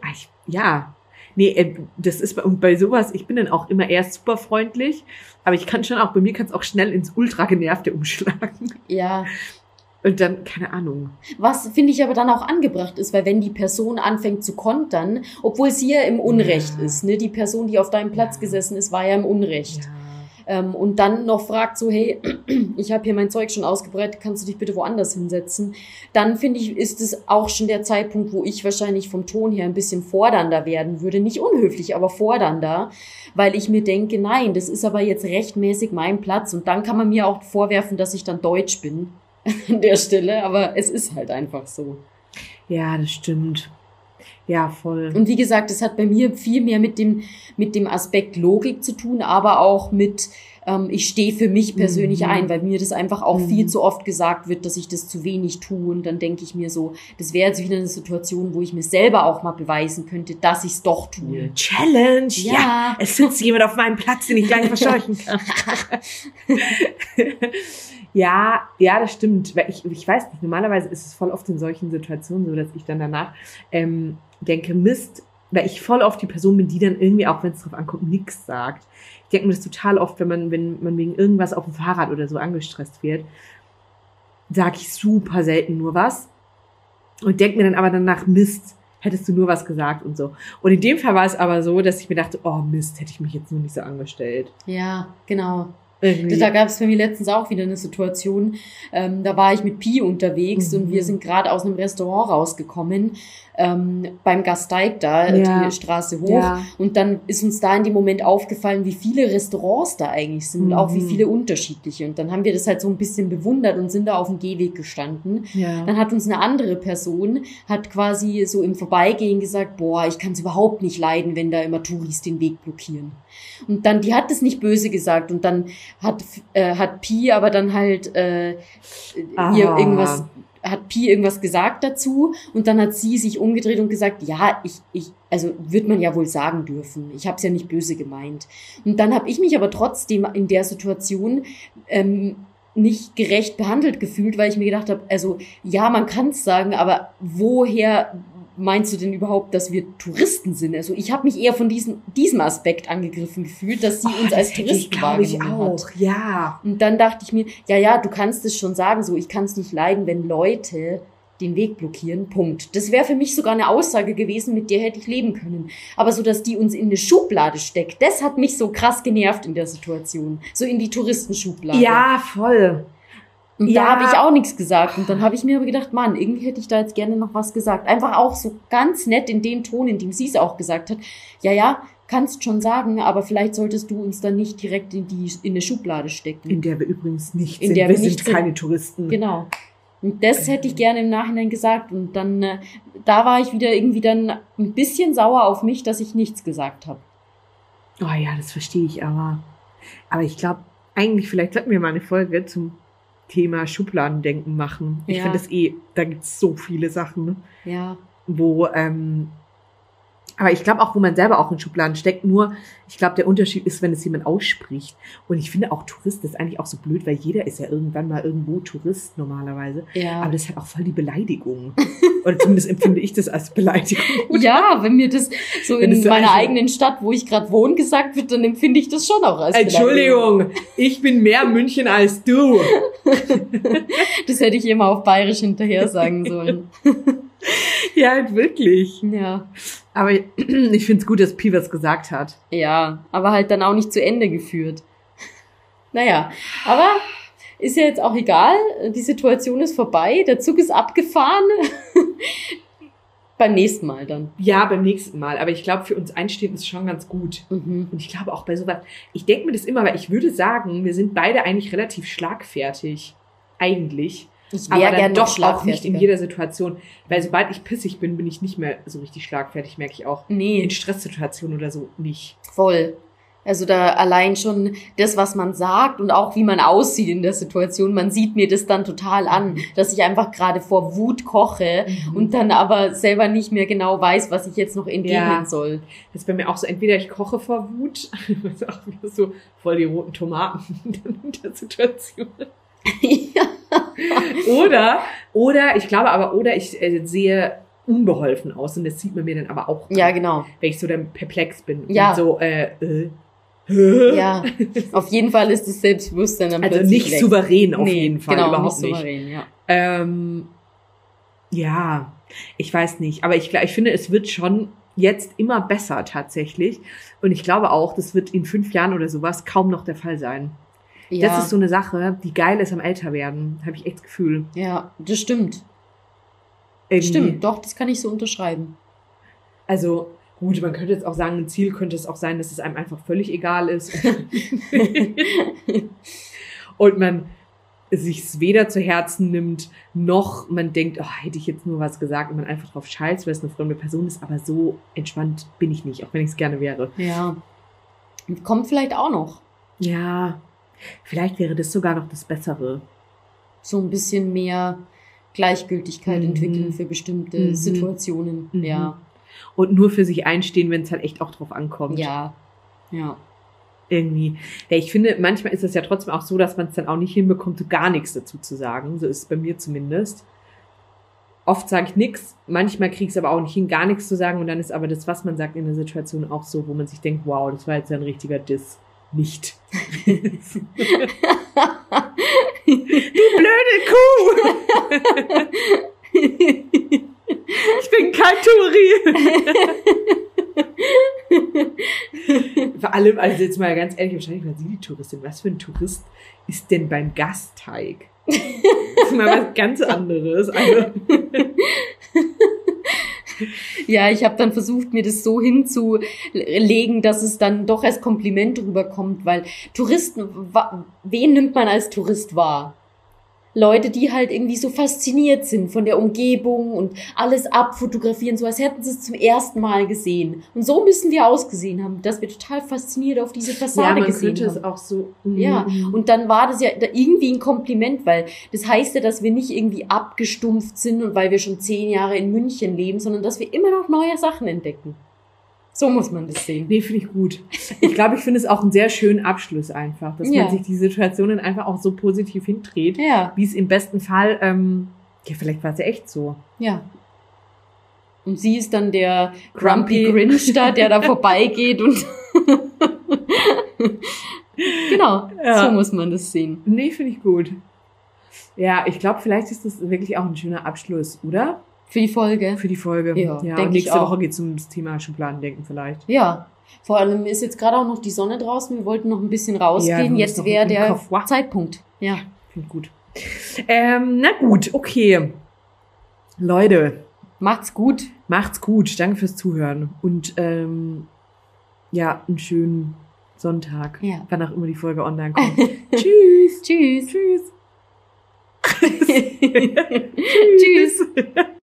das ist bei sowas, ich bin dann auch immer erst super freundlich, aber ich kann schon auch, bei mir kann es auch schnell ins Ultra-Genervte umschlagen. Ja. Und dann, keine Ahnung. Was, finde ich, aber dann auch angebracht ist, weil wenn die Person anfängt zu kontern, obwohl sie ja im Unrecht ist, ne, die Person, die auf deinem Platz gesessen ist, war ja im Unrecht. Ja. Und dann noch fragt so, hey, ich habe hier mein Zeug schon ausgebreitet, kannst du dich bitte woanders hinsetzen? Dann finde ich, ist es auch schon der Zeitpunkt, wo ich wahrscheinlich vom Ton her ein bisschen fordernder werden würde. Nicht unhöflich, aber fordernder, weil ich mir denke, nein, das ist aber jetzt rechtmäßig mein Platz. Und dann kann man mir auch vorwerfen, dass ich dann deutsch bin an der Stelle, aber es ist halt einfach so. Ja, das stimmt. Ja, voll. Und wie gesagt, es hat bei mir viel mehr mit dem Aspekt Logik zu tun, aber auch mit, ich stehe für mich persönlich ein, weil mir das einfach auch viel zu oft gesagt wird, dass ich das zu wenig tue. Und dann denke ich mir so, das wäre jetzt wieder eine Situation, wo ich mir selber auch mal beweisen könnte, dass ich es doch tue. Challenge! Ja, es sitzt jemand auf meinem Platz, den ich gleich verscheuchen kann. Ja, das stimmt. Weil ich weiß nicht, normalerweise ist es voll oft in solchen Situationen so, dass ich dann danach denke, Mist, weil ich voll oft die Person bin, die dann irgendwie, auch wenn es drauf ankommt, nichts sagt. Ich denke mir das total oft, wenn man wegen irgendwas auf dem Fahrrad oder so angestresst wird, sage ich super selten nur was und denke mir dann aber danach, Mist, hättest du nur was gesagt und so. Und in dem Fall war es aber so, dass ich mir dachte, oh Mist, hätte ich mich jetzt nur nicht so angestellt. Ja, genau. Da gab es für mich letztens auch wieder eine Situation, da war ich mit Pi unterwegs und wir sind gerade aus einem Restaurant rausgekommen, beim Gasteig da, die Straße hoch, und dann ist uns da in dem Moment aufgefallen, wie viele Restaurants da eigentlich sind und auch wie viele unterschiedliche, und dann haben wir das halt so ein bisschen bewundert und sind da auf dem Gehweg gestanden. Dann hat uns eine andere Person, hat quasi so im Vorbeigehen gesagt, boah, ich kann es überhaupt nicht leiden, wenn da immer Touris den Weg blockieren. Und dann, die hat das nicht böse gesagt und dann hat Pi aber dann halt ihr irgendwas hat Pi irgendwas gesagt dazu und dann hat sie sich umgedreht und gesagt, ja, also wird man ja wohl sagen dürfen. Ich habe es ja nicht böse gemeint. Und dann habe ich mich aber trotzdem in der Situation nicht gerecht behandelt gefühlt, weil ich mir gedacht habe, also ja, man kann es sagen, aber woher meinst du denn überhaupt, dass wir Touristen sind? Also ich habe mich eher von diesem Aspekt angegriffen gefühlt, dass sie uns als Touristen wahrgenommen hat. Ja. Und dann dachte ich mir, ja, du kannst es schon sagen, so, ich kann es nicht leiden, wenn Leute den Weg blockieren, Punkt. Das wäre für mich sogar eine Aussage gewesen, mit der hätte ich leben können. Aber so, dass die uns in eine Schublade steckt, das hat mich so krass genervt in der Situation. So in die Touristenschublade. Ja, voll. Und da habe ich auch nichts gesagt. Und dann habe ich mir aber gedacht, Mann, irgendwie hätte ich da jetzt gerne noch was gesagt. Einfach auch so ganz nett in dem Ton, in dem sie es auch gesagt hat. Ja, kannst schon sagen, aber vielleicht solltest du uns dann nicht direkt in eine Schublade stecken. In der wir übrigens nicht sind. Wir sind keine Touristen. Genau. Und das hätte ich gerne im Nachhinein gesagt. Und dann, da war ich wieder irgendwie dann ein bisschen sauer auf mich, dass ich nichts gesagt habe. Oh ja, das verstehe ich aber. Aber ich glaube, eigentlich, vielleicht sollten wir mal eine Folge zum Thema Schubladendenken machen. Ich finde das da gibt's so viele Sachen, ne? Ja. Wo, aber ich glaube auch, wo man selber auch in Schubladen steckt, nur, ich glaube, der Unterschied ist, wenn es jemand ausspricht. Und ich finde auch Tourist ist eigentlich auch so blöd, weil jeder ist ja irgendwann mal irgendwo Tourist normalerweise. Ja. Aber das hat auch voll die Beleidigung. Oder zumindest empfinde ich das als Beleidigung. Ja, wenn mir das so in meiner eigenen Stadt, wo ich gerade wohne, gesagt wird, dann empfinde ich das schon auch als Beleidigung. Entschuldigung, ich bin mehr München als du. Das hätte ich immer auf Bayerisch hinterher sagen sollen. Ja, wirklich. Ja. Aber ich finde es gut, dass Pi was gesagt hat. Ja, aber halt dann auch nicht zu Ende geführt. Naja, aber ist ja jetzt auch egal. Die Situation ist vorbei. Der Zug ist abgefahren. Beim nächsten Mal dann. Ja, beim nächsten Mal. Aber ich glaube, für uns Einstehen ist schon ganz gut. Und ich glaube auch bei sowas, ich denke mir das immer, weil ich würde sagen, wir sind beide eigentlich relativ schlagfertig. Eigentlich. Ich wäre gerne doch auch nicht in jeder Situation. Weil sobald ich pissig bin, bin ich nicht mehr so richtig schlagfertig, merke ich auch. Nee. In Stresssituationen oder so nicht. Voll. Also da allein schon das, was man sagt und auch wie man aussieht in der Situation, man sieht mir das dann total an, dass ich einfach gerade vor Wut koche und dann aber selber nicht mehr genau weiß, was ich jetzt noch entgegnen soll. Das ist bei mir auch so, entweder ich koche vor Wut, das ist auch wieder so voll die roten Tomaten in der Situation. Ja. Oder ich glaube aber, ich sehe unbeholfen aus und das sieht man mir dann aber auch an, ja, genau. wenn ich so dann perplex bin ja. und so ja, auf jeden Fall ist das Selbstbewusstsein dann also plötzlich nicht weg. souverän auf jeden Fall, genau, überhaupt nicht souverän, ja. Ja, ich weiß nicht, aber ich finde, es wird schon jetzt immer besser tatsächlich und ich glaube auch, das wird in 5 Jahren oder sowas kaum noch der Fall sein. Ja. Das ist so eine Sache, die geil ist am Älterwerden, habe ich echt das Gefühl. Ja, das stimmt. Irgendwie. Stimmt, doch, das kann ich so unterschreiben. Also, gut, man könnte jetzt auch sagen, ein Ziel könnte es auch sein, dass es einem einfach völlig egal ist. Und man sich es weder zu Herzen nimmt, noch man denkt, oh, hätte ich jetzt nur was gesagt und man einfach drauf scheißt, weil es eine fremde Person ist, aber so entspannt bin ich nicht, auch wenn ich es gerne wäre. Ja. Kommt vielleicht auch noch. Ja. Vielleicht wäre das sogar noch das Bessere. So ein bisschen mehr Gleichgültigkeit entwickeln für bestimmte Situationen. Ja. Und nur für sich einstehen, wenn es halt echt auch drauf ankommt. Ja. Ja. Irgendwie. Ja, ich finde, manchmal ist es ja trotzdem auch so, dass man es dann auch nicht hinbekommt, so gar nichts dazu zu sagen. So ist es bei mir zumindest. Oft sage ich nichts, manchmal kriege ich es aber auch nicht hin, gar nichts zu sagen. Und dann ist aber das, was man sagt in der Situation auch so, wo man sich denkt, wow, das war jetzt ein richtiger Diss. Nicht. Du blöde Kuh! Ich bin kein Touri. Vor allem, also jetzt mal ganz ehrlich, wahrscheinlich war sie die Touristin. Was für ein Tourist ist denn beim Gasteig? Das ist mal was ganz anderes. Also ja, ich habe dann versucht, mir das so hinzulegen, dass es dann doch als Kompliment rüberkommt, weil Touristen, wen nimmt man als Tourist wahr? Leute, die halt irgendwie so fasziniert sind von der Umgebung und alles abfotografieren, so als hätten sie es zum ersten Mal gesehen. Und so müssen wir ausgesehen haben, dass wir total fasziniert auf diese Fassade gesehen haben. Ja, man könnte es auch so. Ja, und dann war das ja irgendwie ein Kompliment, weil das heißt ja, dass wir nicht irgendwie abgestumpft sind und weil wir schon 10 Jahre in München leben, sondern dass wir immer noch neue Sachen entdecken. So muss man das sehen. Nee, finde ich gut. Ich glaube, ich finde es auch einen sehr schönen Abschluss einfach, dass man sich die Situationen einfach auch so positiv hindreht, wie es im besten Fall, vielleicht war es ja echt so. Ja. Und sie ist dann der Grumpy Grinch da, der da vorbeigeht und genau, so muss man das sehen. Nee, finde ich gut. Ja, ich glaube, vielleicht ist das wirklich auch ein schöner Abschluss, oder? Für die Folge. Für die Folge. Ja, und nächste Woche geht es ums Thema Schubladendenken vielleicht. Ja. Vor allem ist jetzt gerade auch noch die Sonne draußen. Wir wollten noch ein bisschen rausgehen. Ja, jetzt wäre der Zeitpunkt. Ja. Finde gut. Na gut, okay. Leute. Macht's gut. Macht's gut. Danke fürs Zuhören. Und ja, einen schönen Sonntag. Ja. Wann auch immer die Folge online kommt. Tschüss. Tschüss. Tschüss. Tschüss.